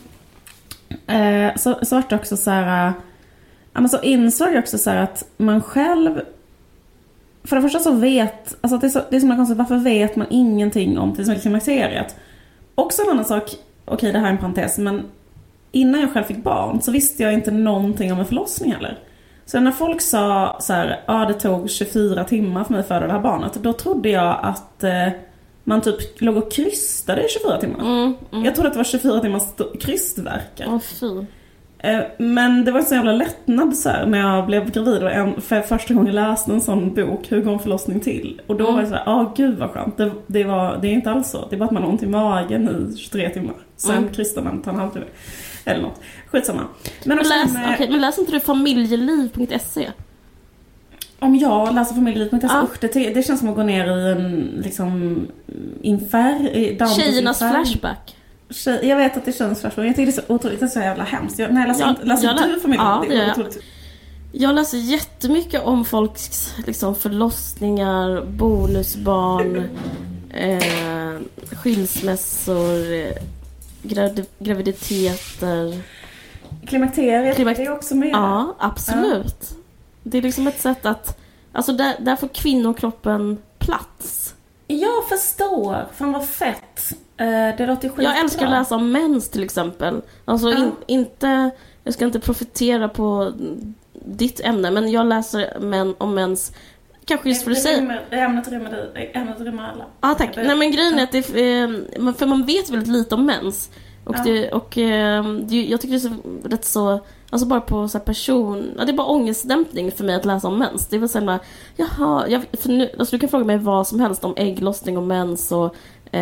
var det också så här, ja, men så insåg jag också så här att man själv, för det första så vet, alltså det är så konstigt, varför vet man ingenting om till exempel klimakteriet? Också en annan sak, okej, det här är en parentes, men innan jag själv fick barn så visste jag inte någonting om en förlossning heller. Så när folk sa så här, det tog 24 timmar för mig att föda det här barnet, då trodde jag att man typ låg och krystade i 24 timmar. Jag trodde att det var 24 timmars krystverkar. Men det var en så jävla lättnad så här, när jag blev gravid och för första gången läste en sån bok, hur går en förlossning till? Och då var det så här, gud vad skönt. Det är inte alls så. Det är bara att man har ont i magen i 23 timmar. Sen krystar man, tar en halvtimme. Eller något. Skitsamma. Men läser inte du familjeliv.se? Om jag läser familjeliv.se, det känns som att gå ner i en liksom Tjejernas flashback. Jag vet att det känns flashback. Jag tycker det är så otroligt, det är så jävla hemskt. Läser du familjeliv? Jag läser jättemycket om folks liksom förlossningar, bonusbarn, skilsmässor, graviditeter, klimakteriet. Det är också med. Ja, absolut. Det är liksom ett sätt att, alltså där får kvinnokroppen plats. Jag förstår. Fan vad fett. Det låter skitbra. Jag älskar att läsa om mens till exempel. Alltså jag ska inte profitera på ditt ämne, men jag läser om mens. Kanske just för att säga. Ämnet rymmer alla. Ja, tack. Nej, men grejen är att för man vet väldigt lite om mens. Och jag tycker det är så, rätt så, alltså bara på så här det är bara ångestdämpning för mig att läsa om mens. Det är väl så här, för nu, alltså du kan fråga mig vad som helst om ägglossning och mens och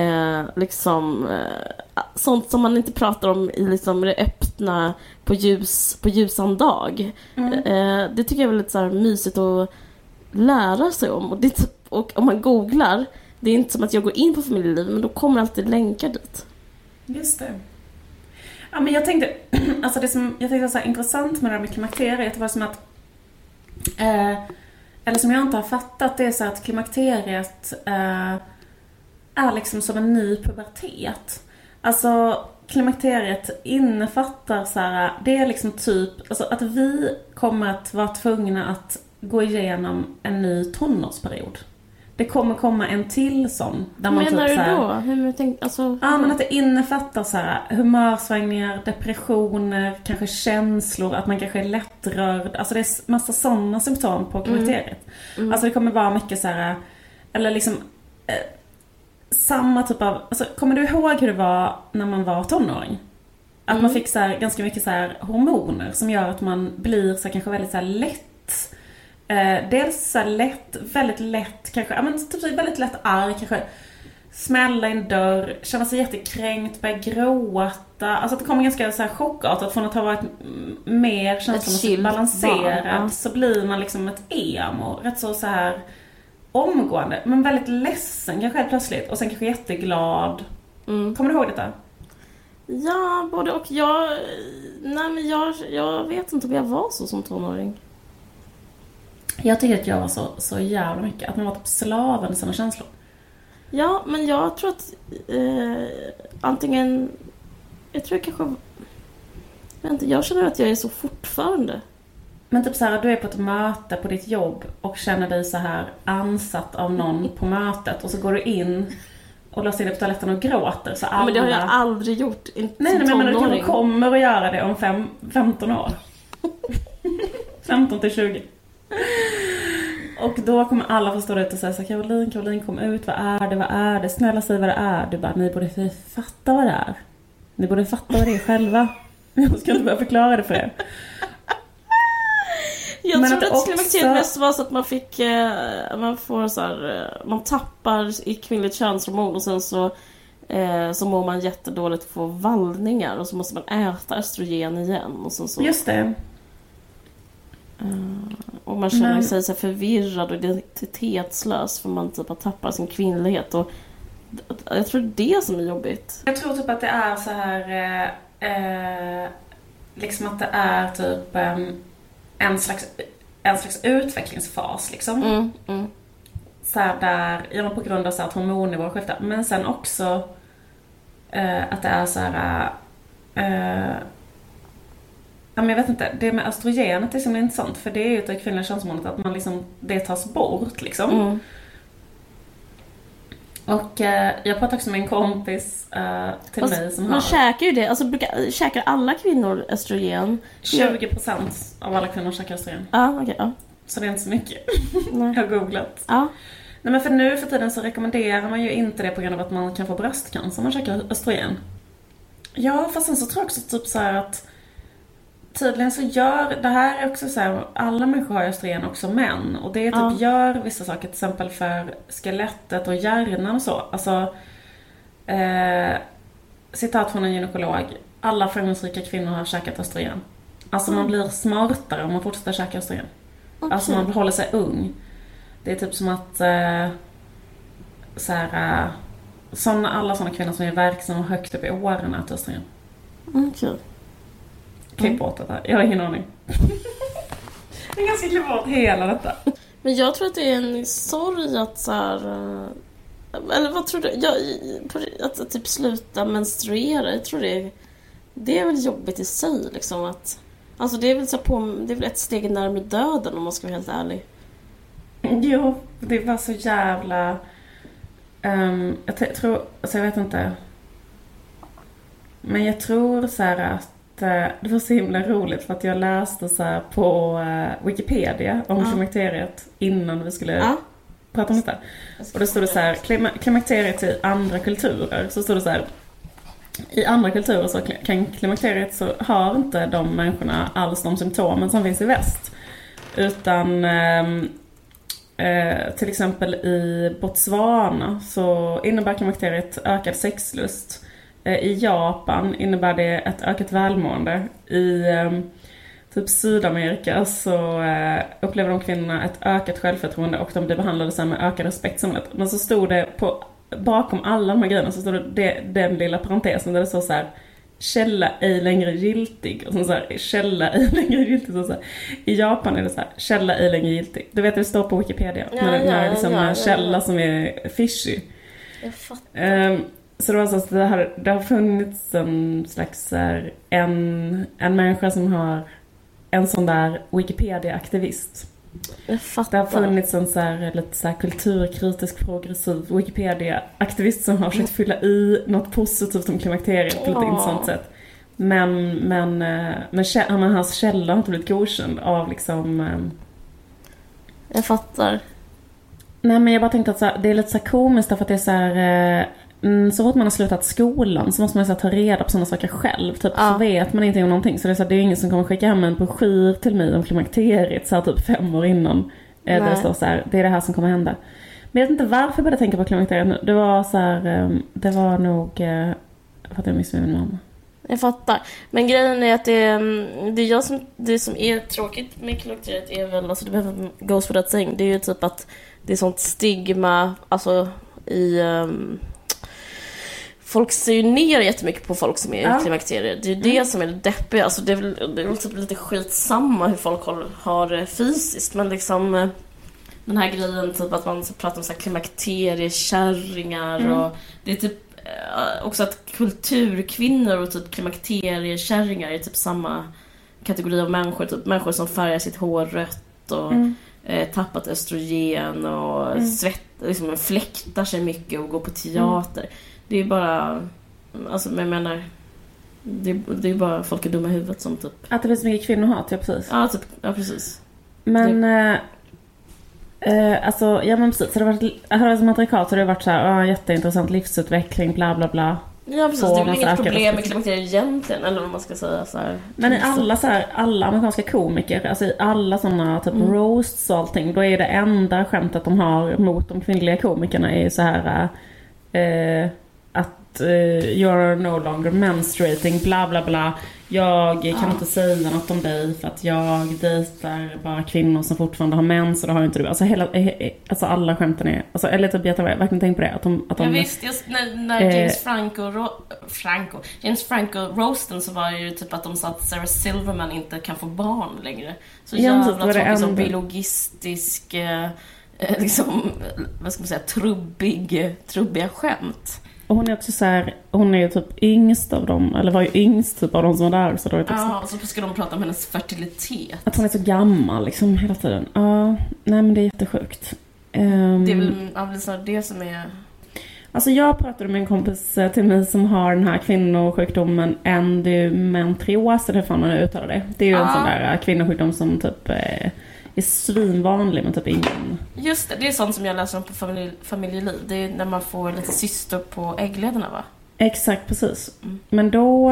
sånt som man inte pratar om i liksom det öppna på ljusan dag. Det tycker jag är väldigt så här mysigt att lära sig om. Och om man googlar, det är inte som att jag går in på familjeliv, men då kommer alltid länkar dit. Just det. Ja, men jag tänkte, alltså det som jag tänkte var så här intressant med det här med klimakteriet var som att eller som jag inte har fattat, det är så att klimakteriet är liksom som en ny pubertet. Alltså klimakteriet innefattar så här, det är liksom typ, alltså att vi kommer att vara tvungna att gå igenom en ny tonårsperiod. Det kommer komma en till sån. Där man menar typ, du så då? Hur tänker, alltså, men att det innefattar så här humörsvängningar, depressioner, kanske känslor, att man kanske är lättrörd. Alltså det är massa sådana symptom på klimakteriet. Alltså det kommer vara mycket så här, eller liksom samma typ av, alltså kommer du ihåg hur det var när man var tonåring? Att man fick så här, ganska mycket så här hormoner som gör att man blir så här, kanske väldigt så här lätt. Dels så lätt, väldigt lätt kanske, men typ så väldigt lätt arg, kanske smälla i en dörr, känna sig jättekränkt, börja gråta. Alltså att det kommer ganska så här chockartat från att ha varit mer känslomässigt balanserad, så blir man liksom ett emo, rätt så här omgående, men väldigt ledsen kanske helt plötsligt, och sen kanske jätteglad. Kommer du ihåg detta? Ja, både och. Jag vet inte om jag var så som tonåring. Jag tycker att jag var så jävla mycket, att man var typ slaven i sina känslor. Ja, men jag tror att antingen, jag tror kanske, jag känner att jag är så fortfarande. Men typ så här, du är på ett möte på ditt jobb och känner dig så här ansatt av någon på mötet, och så går du in och låser in på toaletten och gråter. Så alla... Men det har jag aldrig gjort. Nej, men du kommer att göra det om 15 år. 15 till 20. Och då kommer alla få stå ut och säga så här, Caroline kom ut, vad är det? Snälla säg vad det är. Du bara, ni borde fatta vad det är. Ni borde fatta vad det är själva. Jag ska inte börja förklara det för er. Jag trodde att klimakteriet mest var så att man fick, man får så här, man tappar i kvinnligt könshormon och sen så mår man jättedåligt, får vallningar och så måste man äta östrogen igen och så. Just det. Och man känner sig så förvirrad och identitetslös för man typ har tappat sin kvinnlighet, och jag tror det är det som är jobbigt. Jag tror typ att det är så här liksom att det är typ en slags utvecklingsfas liksom. Så här där, på grund av så att hormonnivåer skiftar. Men sen också att det är så här men jag vet inte, det med östrogenet är så intressant, för det är ju ett kvinnliga könshormonet att man liksom, det tas bort liksom. Och jag pratade också med en kompis till mig som man käkar ju det, alltså käkar alla kvinnor östrogen? 20% av alla kvinnor käkar östrogen. Ja, okej, ja. Så det är inte så mycket. Nej. Jag har googlat. Ja. Nej, men för nu för tiden så rekommenderar man ju inte det på grund av att man kan få bröstcancer om man käkar östrogen. Ja, fast sen så tror jag också typ så här att tydligen så gör, det här är också så här, alla människor har östrogen, också män. Och det typ gör vissa saker, till exempel för skelettet och hjärnan och så. Alltså, citat från en gynekolog: alla framgångsrika kvinnor har käkat östrogen. Alltså man blir smartare om man fortsätter käka östrogen. Okay. Alltså man håller sig ung. Det är typ som att så här, alla såna kvinnor som är verksamma högt upp i åren äter östrogen. Okej. Klipp bort detta. Jag har ingen aning. Det är ganska klipp bort hela detta. Men jag tror att det är en sorg att så här, eller vad tror du? Att typ sluta menstruera. Jag tror det är väl jobbigt i sig liksom, att alltså det är väl ett steg närmare döden, om man ska vara helt ärlig. Jo, det var så jävla jag tror, alltså jag vet inte, men jag tror så här att det var så himla roligt, för att jag läste så här på Wikipedia om klimakteriet innan vi skulle prata om detta. Och då stod det så här: klimakteriet i andra kulturer. Så stod det så här: i andra kulturer så kan klimakteriet, så har inte de människorna alls de symptomen som finns i väst. Utan till exempel i Botswana så innebär klimakteriet ökad sexlust. I Japan innebär det ett ökat välmående. I typ Sydamerika så upplever de kvinnorna ett ökat självförtroende, och de blir behandlade så med ökad respekt som det. Men så stod det bakom alla de här grejerna, så stod det den lilla parentesen där det står så här: källa ej längre giltig. Och så här, källa ej längre giltig. Så här. I Japan är det så här: källa ej längre giltig. Du vet, det står på Wikipedia. När det är liksom en källa som är fishy. Jag fattar. Så det var så att det har funnits en slags en människa som har en sån där Wikipedia-aktivist. Jag fattar. Det har funnits en så här, lite så här kulturkritisk progressiv Wikipedia-aktivist som har försökt fylla i något positivt om klimakteriet på lite intressant sätt. Men hans källa har inte blivit godkänd av liksom. Jag fattar. Nej, men jag bara tänkte att så här, det är lite så här komiskt, därför att det är så här, så fort man har slutat skolan så måste man så här, ta reda på sådana saker själv. Typ, så vet man inte om någonting. Så det är, så här, det är ingen som kommer skicka hem en broschyr till mig om klimakteriet så här, typ 5 år innan. Det står så här: det är det här som kommer hända. Men jag vet inte varför jag började tänka på klimakteriet nu. Det var så här, det var nog för att jag missade min mamma. Jag fattar. Men grejen är att det som är tråkigt med klimakteriet är väl, alltså det behöver goes without saying, det är ju typ att det är sånt stigma, alltså i folk ser ju ner jättemycket på folk som är i klimakteriet. Det är ju det som är det deppiga. Alltså det är väl typ lite skitsamma hur folk har fysiskt, men liksom den här grejen typ att man pratar om så här klimakteriekärringar och det är typ också att kulturkvinnor och typ klimakteriekärringar är typ samma kategori av människor, typ människor som färgar sitt hår rött och tappat östrogen och liksom fläktar sig mycket och går på teater. Det är bara, alltså jag menar, det är bara folk är dumma i huvudet som typ att det finns så mycket kvinnohat, ja precis. Ja precis. Men alltså, ja men precis, så det har varit som matrikat, så det har varit så här, jätteintressant livsutveckling, bla bla bla. Ja precis, det är väl inget problem med klimakteriet egentligen, eller vad man ska säga så här. Men i alla amerikanska komiker, alltså i alla sådana typ roasts och allting, då är det enda skämtet de har mot de kvinnliga komikerna är så här att you're no longer menstruating, bla bla bla, jag kan inte säga något om dig för att jag dejtar bara kvinnor som fortfarande har män, så det har inte du. Alltså, alltså alla skämten är... Alltså, eller typ, jag har verkligen tänkt på det. Ja, visst, just när James Franco roasten, så var det ju typ att de sa att Sarah Silverman inte kan få barn längre. Så jävla tråkigt som biologistisk... liksom, vad ska man säga, trubbiga skämt. Och hon är också så här, hon är ju typ yngst av dem, eller var ju yngst typ av dem som var där, så då är det typ och så ska de prata om hennes fertilitet. att hon är så gammal liksom hela tiden. Nej men det är jättesjukt. Det är väl det som är... Alltså jag pratade med en kompis till mig som har den här kvinnosjukdomen endometrios, eller hur fan man uttalar det. Det är ju en sån där kvinnosjukdom som typ är svinvanlig, men typ ingen... Just det är sånt som jag läser om på familjeliv. Det är när man får lite cyster på äggledarna, va? Exakt, precis. Men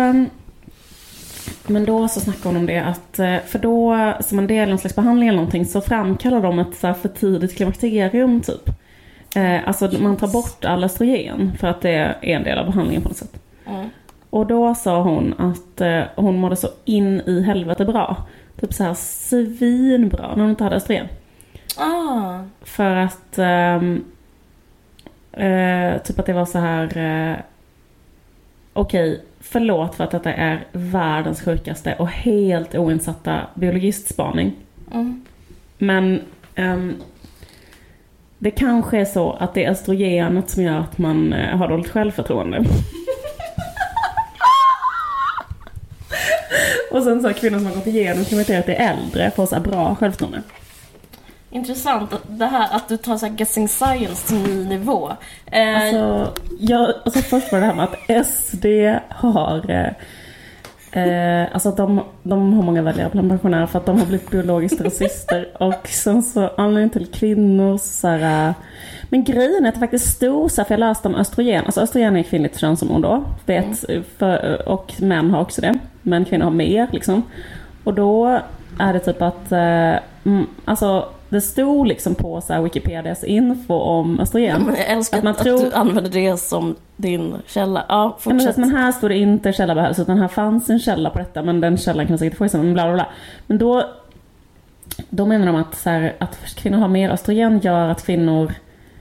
då så snackar hon om det att, för då som en del av en slags behandling eller någonting, så framkallar de ett så här för tidigt klimakterium typ. Alltså man tar bort all östrogen för att det är en del av behandlingen på något sätt. Och då sa hon att hon mådde så in i helvete bra. Typ så här svinbra när hon inte hade östrogen. För att typ att det var så här okej, förlåt för att detta är världens sjukaste och helt oinsatta biologistspaning. Men det kanske är så att det är östrogenet som gör att man har dåligt självförtroende. Och sen så har kvinnor som har gått igenom klimakteriet är äldre får så här bra självförtroende. Intressant det här att du tar så här guessing science till ny nivå. Alltså först var det här med att SD har alltså att de har många väljare bland pensionärer för att de har blivit biologiska rasister. Och sen så anledningen till kvinnor så här, men grejen är att det faktiskt stod så här, för jag läste om östrogen. Alltså östrogen är kvinnligt könshormon då, vet, och män har också det. Men kvinnor har mer liksom. Och då är det typ att alltså det stod liksom på så här Wikipedias info om östrogen. Men jag älskar att du använder det som din källa. Ja, fortsätt. Men här står det inte källa behövs, utan här fanns en källa på detta, men den källan kan man säkert få i sig, men bla bla bla. Men då menar de att, så här, att kvinnor har mer östrogen gör att kvinnor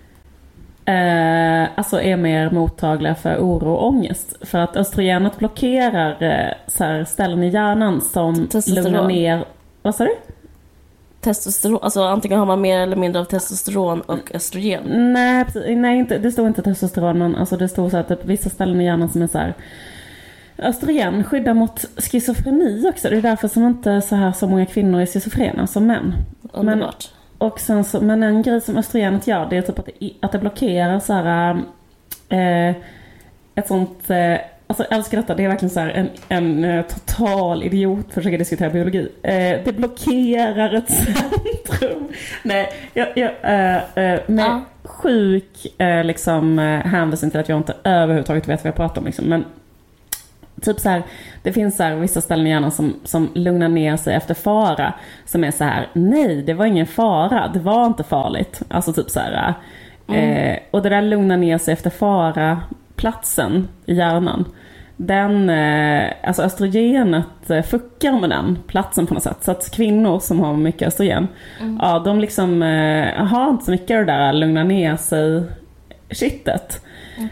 alltså är mer mottagliga för oro och ångest. För att östrogenet blockerar så här, ställen i hjärnan som lugnar ner... Vad sa du? Testosteron, alltså antingen har man mer eller mindre av testosteron och östrogen. Nej inte, det står inte testosteron, men alltså det står så att typ, vissa ställen i hjärnan som är så här, östrogen skyddar mot schizofreni också. Det är därför som inte så många kvinnor är schizofrena som män. Underbart. Och sen så, men en grej som östrogenet gör, det är typ att det blockerar så här ett sånt alltså jag älskar detta, det är verkligen så här en total idiot försöker diskutera biologi. Det blockerar ett centrum. Nej, med sjuk liksom hänvisning till att jag inte överhuvudtaget vet vad jag pratar om liksom. Men typ så här, det finns så här vissa ställen i hjärnan som lugnar ner sig efter fara, som är så här: nej, det var ingen fara, det var inte farligt. Alltså typ så här och det där lugnar ner sig efter fara platsen i hjärnan, den alltså östrogenet fuckar med den platsen på något sätt, så att kvinnor som har mycket östrogen ja, de liksom har inte så mycket av det där lugna ner sig shitet.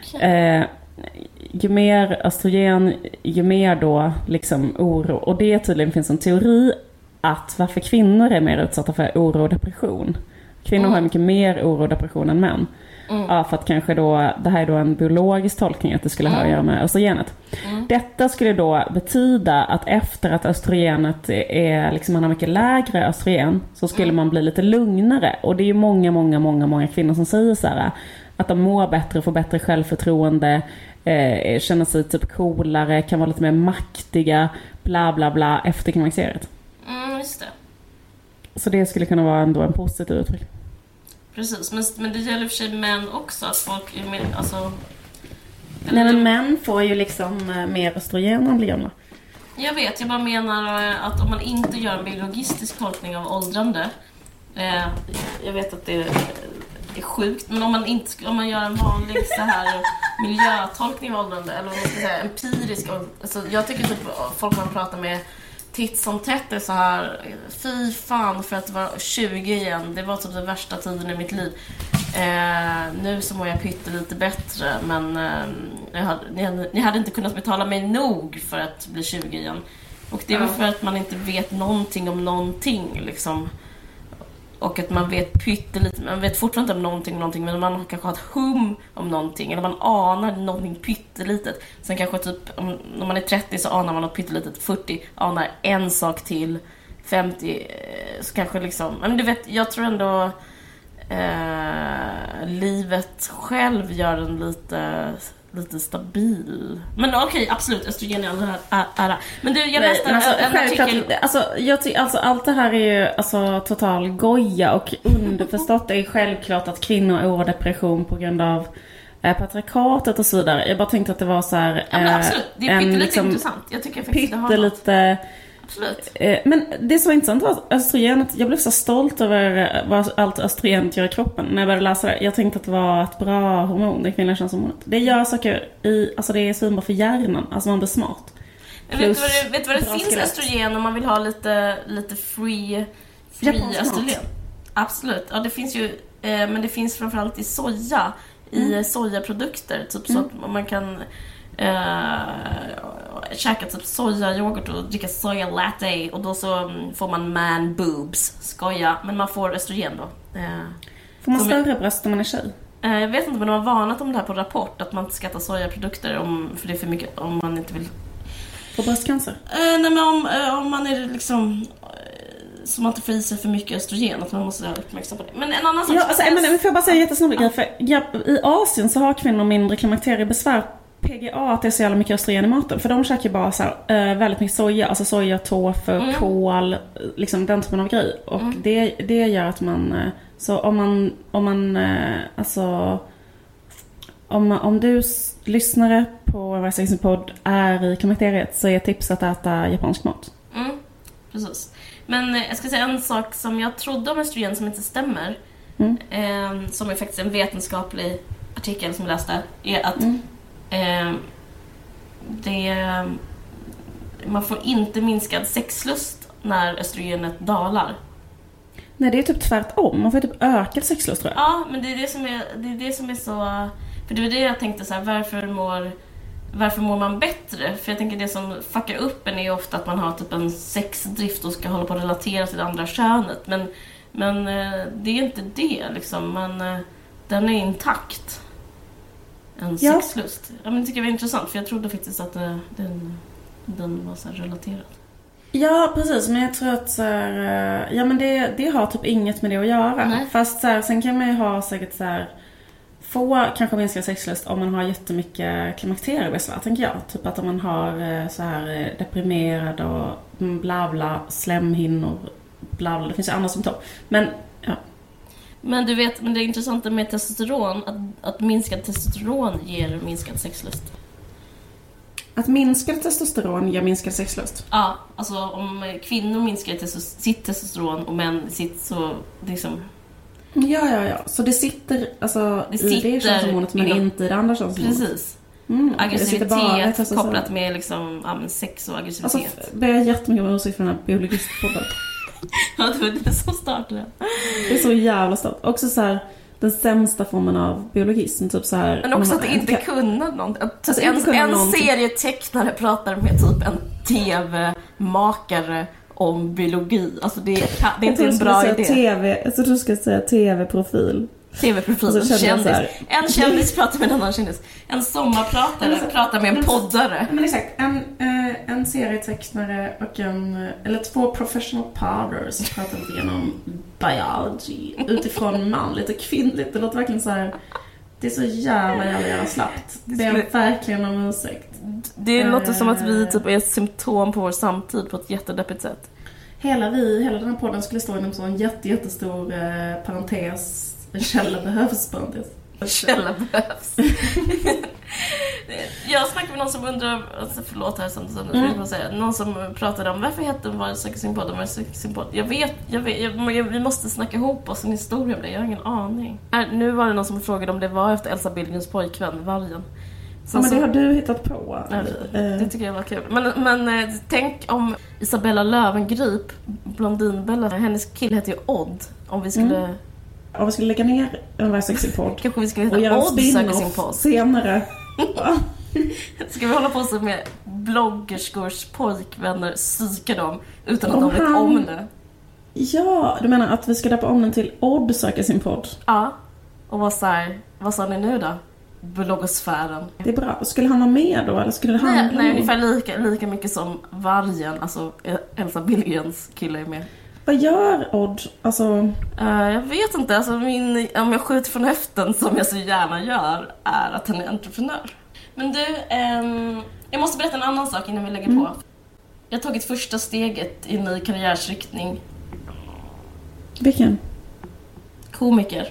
Ju mer östrogen, ju mer då liksom oro. Och det tydligen finns en teori att varför kvinnor är mer utsatta för oro och depression. Kvinnor har mycket mer oro och depression än män. Ja, för att kanske då, det här är då en biologisk tolkning att det skulle ha att göra med östrogenet. Detta skulle då betyda att efter att östrogenet är liksom, man har mycket lägre östrogen, så skulle man bli lite lugnare. Och det är ju många kvinnor som säger så här, att de mår bättre, får bättre självförtroende, känner sig typ coolare, kan vara lite mer maktiga, bla bla bla, efter klimakteriet. Just det. Så det skulle kunna vara ändå en positiv uttryck. Precis, men det gäller för sig män också, att folk är mer, alltså... Nej, men män får ju liksom mer östrogen än blir gamla. Jag vet, jag bara menar att om man inte gör en biologistisk tolkning av åldrande, jag vet att det är sjukt. Men om man gör en vanlig så här miljötolkning av åldrande, eller vad man ska säga, empirisk. Alltså, jag tycker typ folk man pratar med titt som tätt är så här, fy fan för att vara 20 igen. Det var typ den värsta tiden i mitt liv. Nu så mår jag lite bättre, men ni hade inte kunnat betala mig nog för att bli 20 igen. Och det är väl för att man inte vet någonting om någonting liksom. Och att man vet pyttelite, man vet fortfarande inte om någonting, men man kanske har ett hum om någonting, eller man anar någonting pyttelitet. Sen kanske typ, när man är 30 så anar man något pyttelitet, 40 anar en sak till, 50 så kanske liksom, men du vet, jag tror ändå livet själv gör en lite stabil. Men okej, absolut, östrogen är alla. Men du, jag läste en artikel. Alltså allt det här är ju alltså total goja, och underförstått är självklart att kvinnor har depression på grund av patriarkatet och så vidare. Jag bara tänkte att det var så här, ja, men absolut, det är pyttelite liksom, intressant. Jag tycker faktiskt det har lite. Absolut. Men det som var intressant var östrogen, att jag blev så stolt över vad allt östrogen gör i kroppen när jag började läsa det. Jag tänkte att det var ett bra hormon, det kvinnliga könshormonet. Det gör saker alltså det är svinbra för hjärnan, alltså man blir smart. Vet du vad det finns östrogen om man vill ha lite free östrogen? Absolut. Ja, det finns ju, men det finns framförallt i soja, i sojaprodukter, typ så att man kan käka typ sojayoghurt och dricka soja latte, och då så får man man boobs, skoja, men man får östrogen då. Får man större bröst om man är tjej? Jag vet inte, men de har varnat om det här på Rapport, att man inte ska äta sojaprodukter för det är för mycket, om man inte vill få bröstcancer. Nej, men om man är liksom så man inte får i sig för mycket östrogen, att man måste uppmärksamma på det. Men en annan sak, men får jag bara säga jättesnabbt grej, för i Asien så har kvinnor mindre klimakteriebesvär, PGA, att det är så jävla mycket östrogen i maten, för de käkar bara så här, väldigt mycket soja, alltså soja, tofu, kål, liksom den typen av grej, och det gör att man, så om du lyssnare på vår sexpodd är i klimakteriet, så är tips att äta japansk mat. Precis. Men jag ska säga en sak som jag trodde om östrogen som inte stämmer, som är faktiskt en vetenskaplig artikel som jag läste, är att man får inte minskad sexlust när östrogenet dalar. Nej, det är typ tvärtom. Man får typ ökad sexlust, tror jag. Ja, men det är det som är så. För det var det jag tänkte så här, varför mår man bättre? För jag tänker det som fuckar upp en är ofta att man har typ en sexdrift och ska hålla på att relatera till det andra könet. Men det är inte det liksom. Den är intakt. En sexlust. Ja, men det tycker jag var intressant, för jag trodde faktiskt att den var så här relaterad. Ja, precis, men jag tror att så här, ja, men det har typ inget med det att göra. Nej. Fast så här, sen kan man ju ha säkert så här, få kanske minska sexlust om man har jättemycket klimakteriebesvär, tänker jag. Typ att om man har så här deprimerad och bla bla, slemhinnor, bla bla, det finns ju andra symptom. Men ja. Men du vet, men det är intressant med testosteron, att minskad testosteron ger minskad sexlust. Att minskad testosteron ger minskad sexlust? Ja, alltså om kvinnor minskar sitt testosteron och män sitt, så liksom. Ja. Så det sitter alltså i det könshormonet, men inte i det andra könshormonet. Precis. Aggressivitet kopplat med liksom, sex och aggressivitet. Alltså, ber jag jättemycket om ursäkt för den här biologistpodden. Ja, det var det som startade. Det är så jävla stort. Också så här, den sämsta formen av biologism, typ så här. Men också att inte kunna någonting. Alltså en serietecknare pratar med typ en tv-makare om biologi. Alltså det är inte en bra idé. Jag tror du ska säga tv-profil. TV-profil, kändis. En kändis pratar med en annan kändis. En sommarpratare pratar med en poddare. Men exakt, en serietecknare och eller två professional podders som pratar lite grann om biology utifrån manligt och kvinnligt. Det låter verkligen så här. Det är så jävla slappt. Det är verkligen om ursäkt. Det låter som att vi typ är ett symptom på vår samtid på ett jättedeppigt sätt. Hela den här podden skulle stå inom så en jättestor parentes. En källa behövs. Källa behövs. Jag snackade med någon som undrar, alltså förlåt här som någon som pratade om varför heter Varg söker sin podd. Jag vet, vi måste snacka ihop oss en historia om det, jag har ingen aning. Nu var det någon som frågade om det var efter Elsa Billgrens pojkvän, Vargen. Ja, men det har du hittat på. Det tycker jag var kul. Men tänk om Isabella Löwengrip, Blondinbella, hennes kille heter ju Odd. Om vi skulle lägga ner en Varg söker sin podd. Kanske vi skulle heta Odd söker sin podd senare. Ska vi hålla på så med bloggerskors pojkvänner, psyka dem utan att de vet om det? Ja, du menar att vi ska döpa om den till Odd söker sin podd? Ja, och vad sa ni nu då? Bloggosfären. Det är bra. Skulle han vara med då? Eller skulle det handla nej, ungefär lika mycket som Vargen. Alltså Elsa Billgrens kille är med. Vad gör Odd? Alltså... jag vet inte. Alltså, om jag skjuter från höften, som jag så gärna gör, är att han är entreprenör. Men du, jag måste berätta en annan sak innan vi lägger på. Jag har tagit första steget i en ny karriärsriktning. Vilken? Komiker.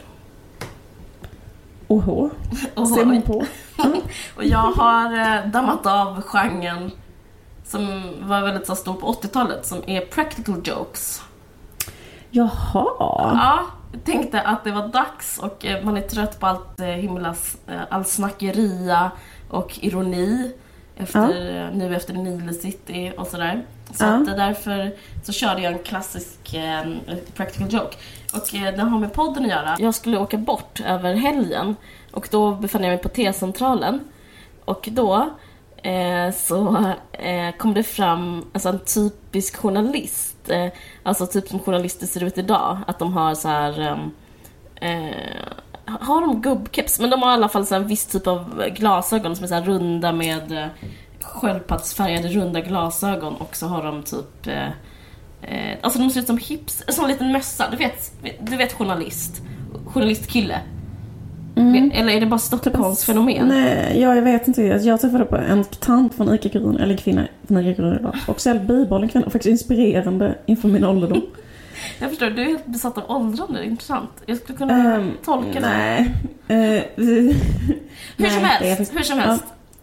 Oho. Ser man på. Och jag har dammat av genren som var väldigt så stor på 80-talet, som är practical jokes. Jaha. Ja, jag tänkte att det var dags, och man är trött på all snackeria och ironi efter Nile City och sådär. Så att därför så körde jag en klassisk practical joke. Och det har med podden att göra. Jag skulle åka bort över helgen, och då befann jag mig på T-centralen. Och då kom det fram en typisk journalist. Alltså typ som journalister ser ut idag. Att de har så här... har de gubbkeps? Men de har i alla fall så här en viss typ av glasögon som är så här runda med sköldpaddsfärgade runda glasögon. Och så har de typ... alltså de ser ut som hips, som en liten mössa. Du vet journalistkille. Eller är det bara Stockholms fenomen? Nej, jag vet inte. Jag träffade på en tant från ICA-Grun, eller kvinna från ICA-Grun idag. Och själv bibehållen kvinna, faktiskt inspirerande inför min ålderdom. Jag förstår, du är helt besatt av åldrande, det är intressant. Jag skulle kunna tolka det. Nej. Hur som helst.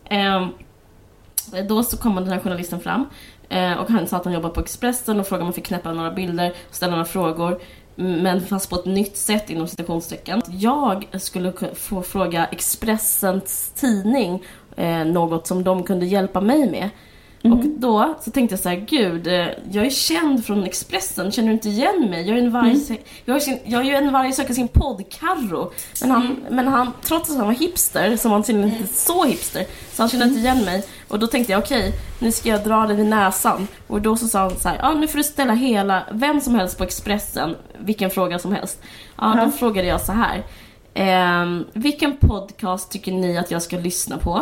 Då så kom den här journalisten fram. Och han sa att han jobbar på Expressen och frågade om man fick knäppa några bilder och ställa några frågor, men fast på ett nytt sätt inom citationstecken. Jag skulle få fråga Expressens tidning något som de kunde hjälpa mig med. Och då så tänkte jag så här: gud, jag är känd från Expressen, känner du inte igen mig? Jag är ju en varg söker sin podd-Karro. Men han, trots att han var hipster, som han tydligen inte så hipster, så han kände inte igen mig. Och då tänkte jag, okej, nu ska jag dra det vid näsan. Och då så sa han så här: nu får du ställa vem som helst på Expressen vilken fråga som helst. Då frågade jag så här: vilken podcast tycker ni att jag ska lyssna på?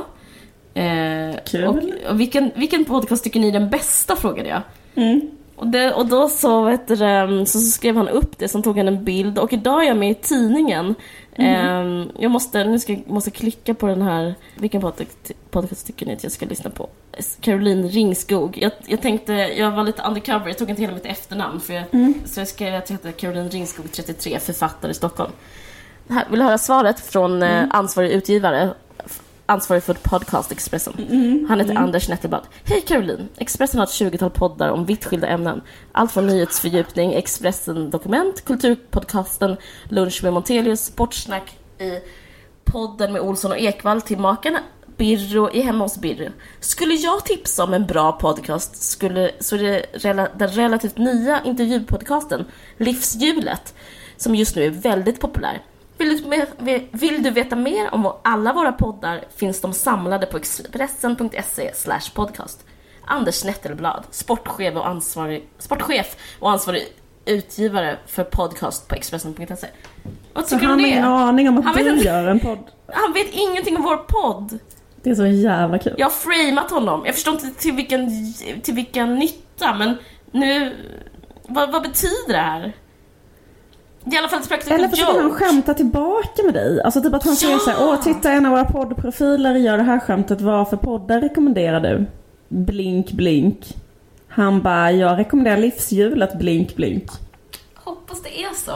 Och vilken podcast tycker ni är den bästa, frågade jag. Och då så skrev han upp det, som tog han en bild. Och idag är jag med i tidningen. Jag måste klicka på den här. Vilken podcast tycker ni att jag ska lyssna på? Caroline Ringskog. Jag tänkte, jag var lite undercover. Jag tog inte hela mitt efternamn så jag skrev att jag heter Caroline Ringskog 33, författare i Stockholm. Vill du höra svaret från ansvarig utgivare, ansvarig för podcast Expressen? Han heter Anders Nettelblad. Hej Caroline, Expressen har ett 20-tal poddar om vitt skilda ämnen. Allt från nyhetsfördjupning, Expressen Dokument, kulturpodcasten Lunch med Montelius, sportsnack i podden med Olsson och Ekvall, till makarna Birro i Hemma hos Birro. Skulle jag tipsa om en bra podcast så är det den relativt nya intervjupodcasten Livshjulet, som just nu är väldigt populär. Vill du veta mer om alla våra poddar, finns de samlade på expressen.se/podcast. Anders Nettelblad, sportchef och ansvarig utgivare för podcast på expressen.se. Vad tycker du om det? Han har ingen aning om att du gör en podd. Han vet ingenting om vår podd. Det är så jävla kul. Jag har framat honom. Jag förstår inte till vilken nytta, men nu... Vad betyder det här? Det är i alla fall ett practical joke. Eller försöker han skämta tillbaka med dig? Alltså typ att han säger så här: titta, en av våra poddprofiler gör det här skämtet. Vad för poddar rekommenderar du? Blink, blink. Han bara: jag rekommenderar Livshjulet, blink, blink. Hoppas det är så.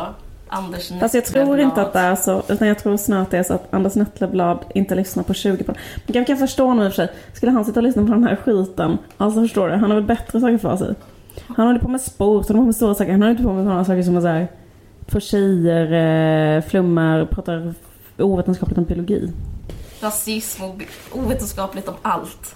Anders Netleblad. Fast jag tror inte att det är så, utan jag tror snart det är så att Anders Netleblad inte lyssnar på 20 på. Men jag kan förstå honom i och för sig. Skulle han sitta och lyssna på den här skiten? Alltså förstår du, han har väl bättre saker för sig. Han håller på med sport, han håller på med stora saker. Han håller inte på med sådana saker som är så här, får tjejer, flummar, pratar ovetenskapligt om biologi. Rasism och ovetenskapligt om allt.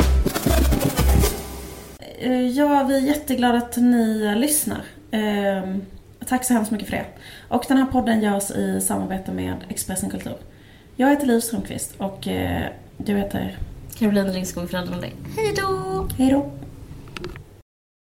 Ja, vi är jätteglada att ni lyssnar. Tack så hemskt mycket för det. Och den här podden görs i samarbete med Expressen Kultur. Jag heter Liv Strömqvist och du heter... Caroline Ringskog, föräldrar med dig. Hej då! Hej då!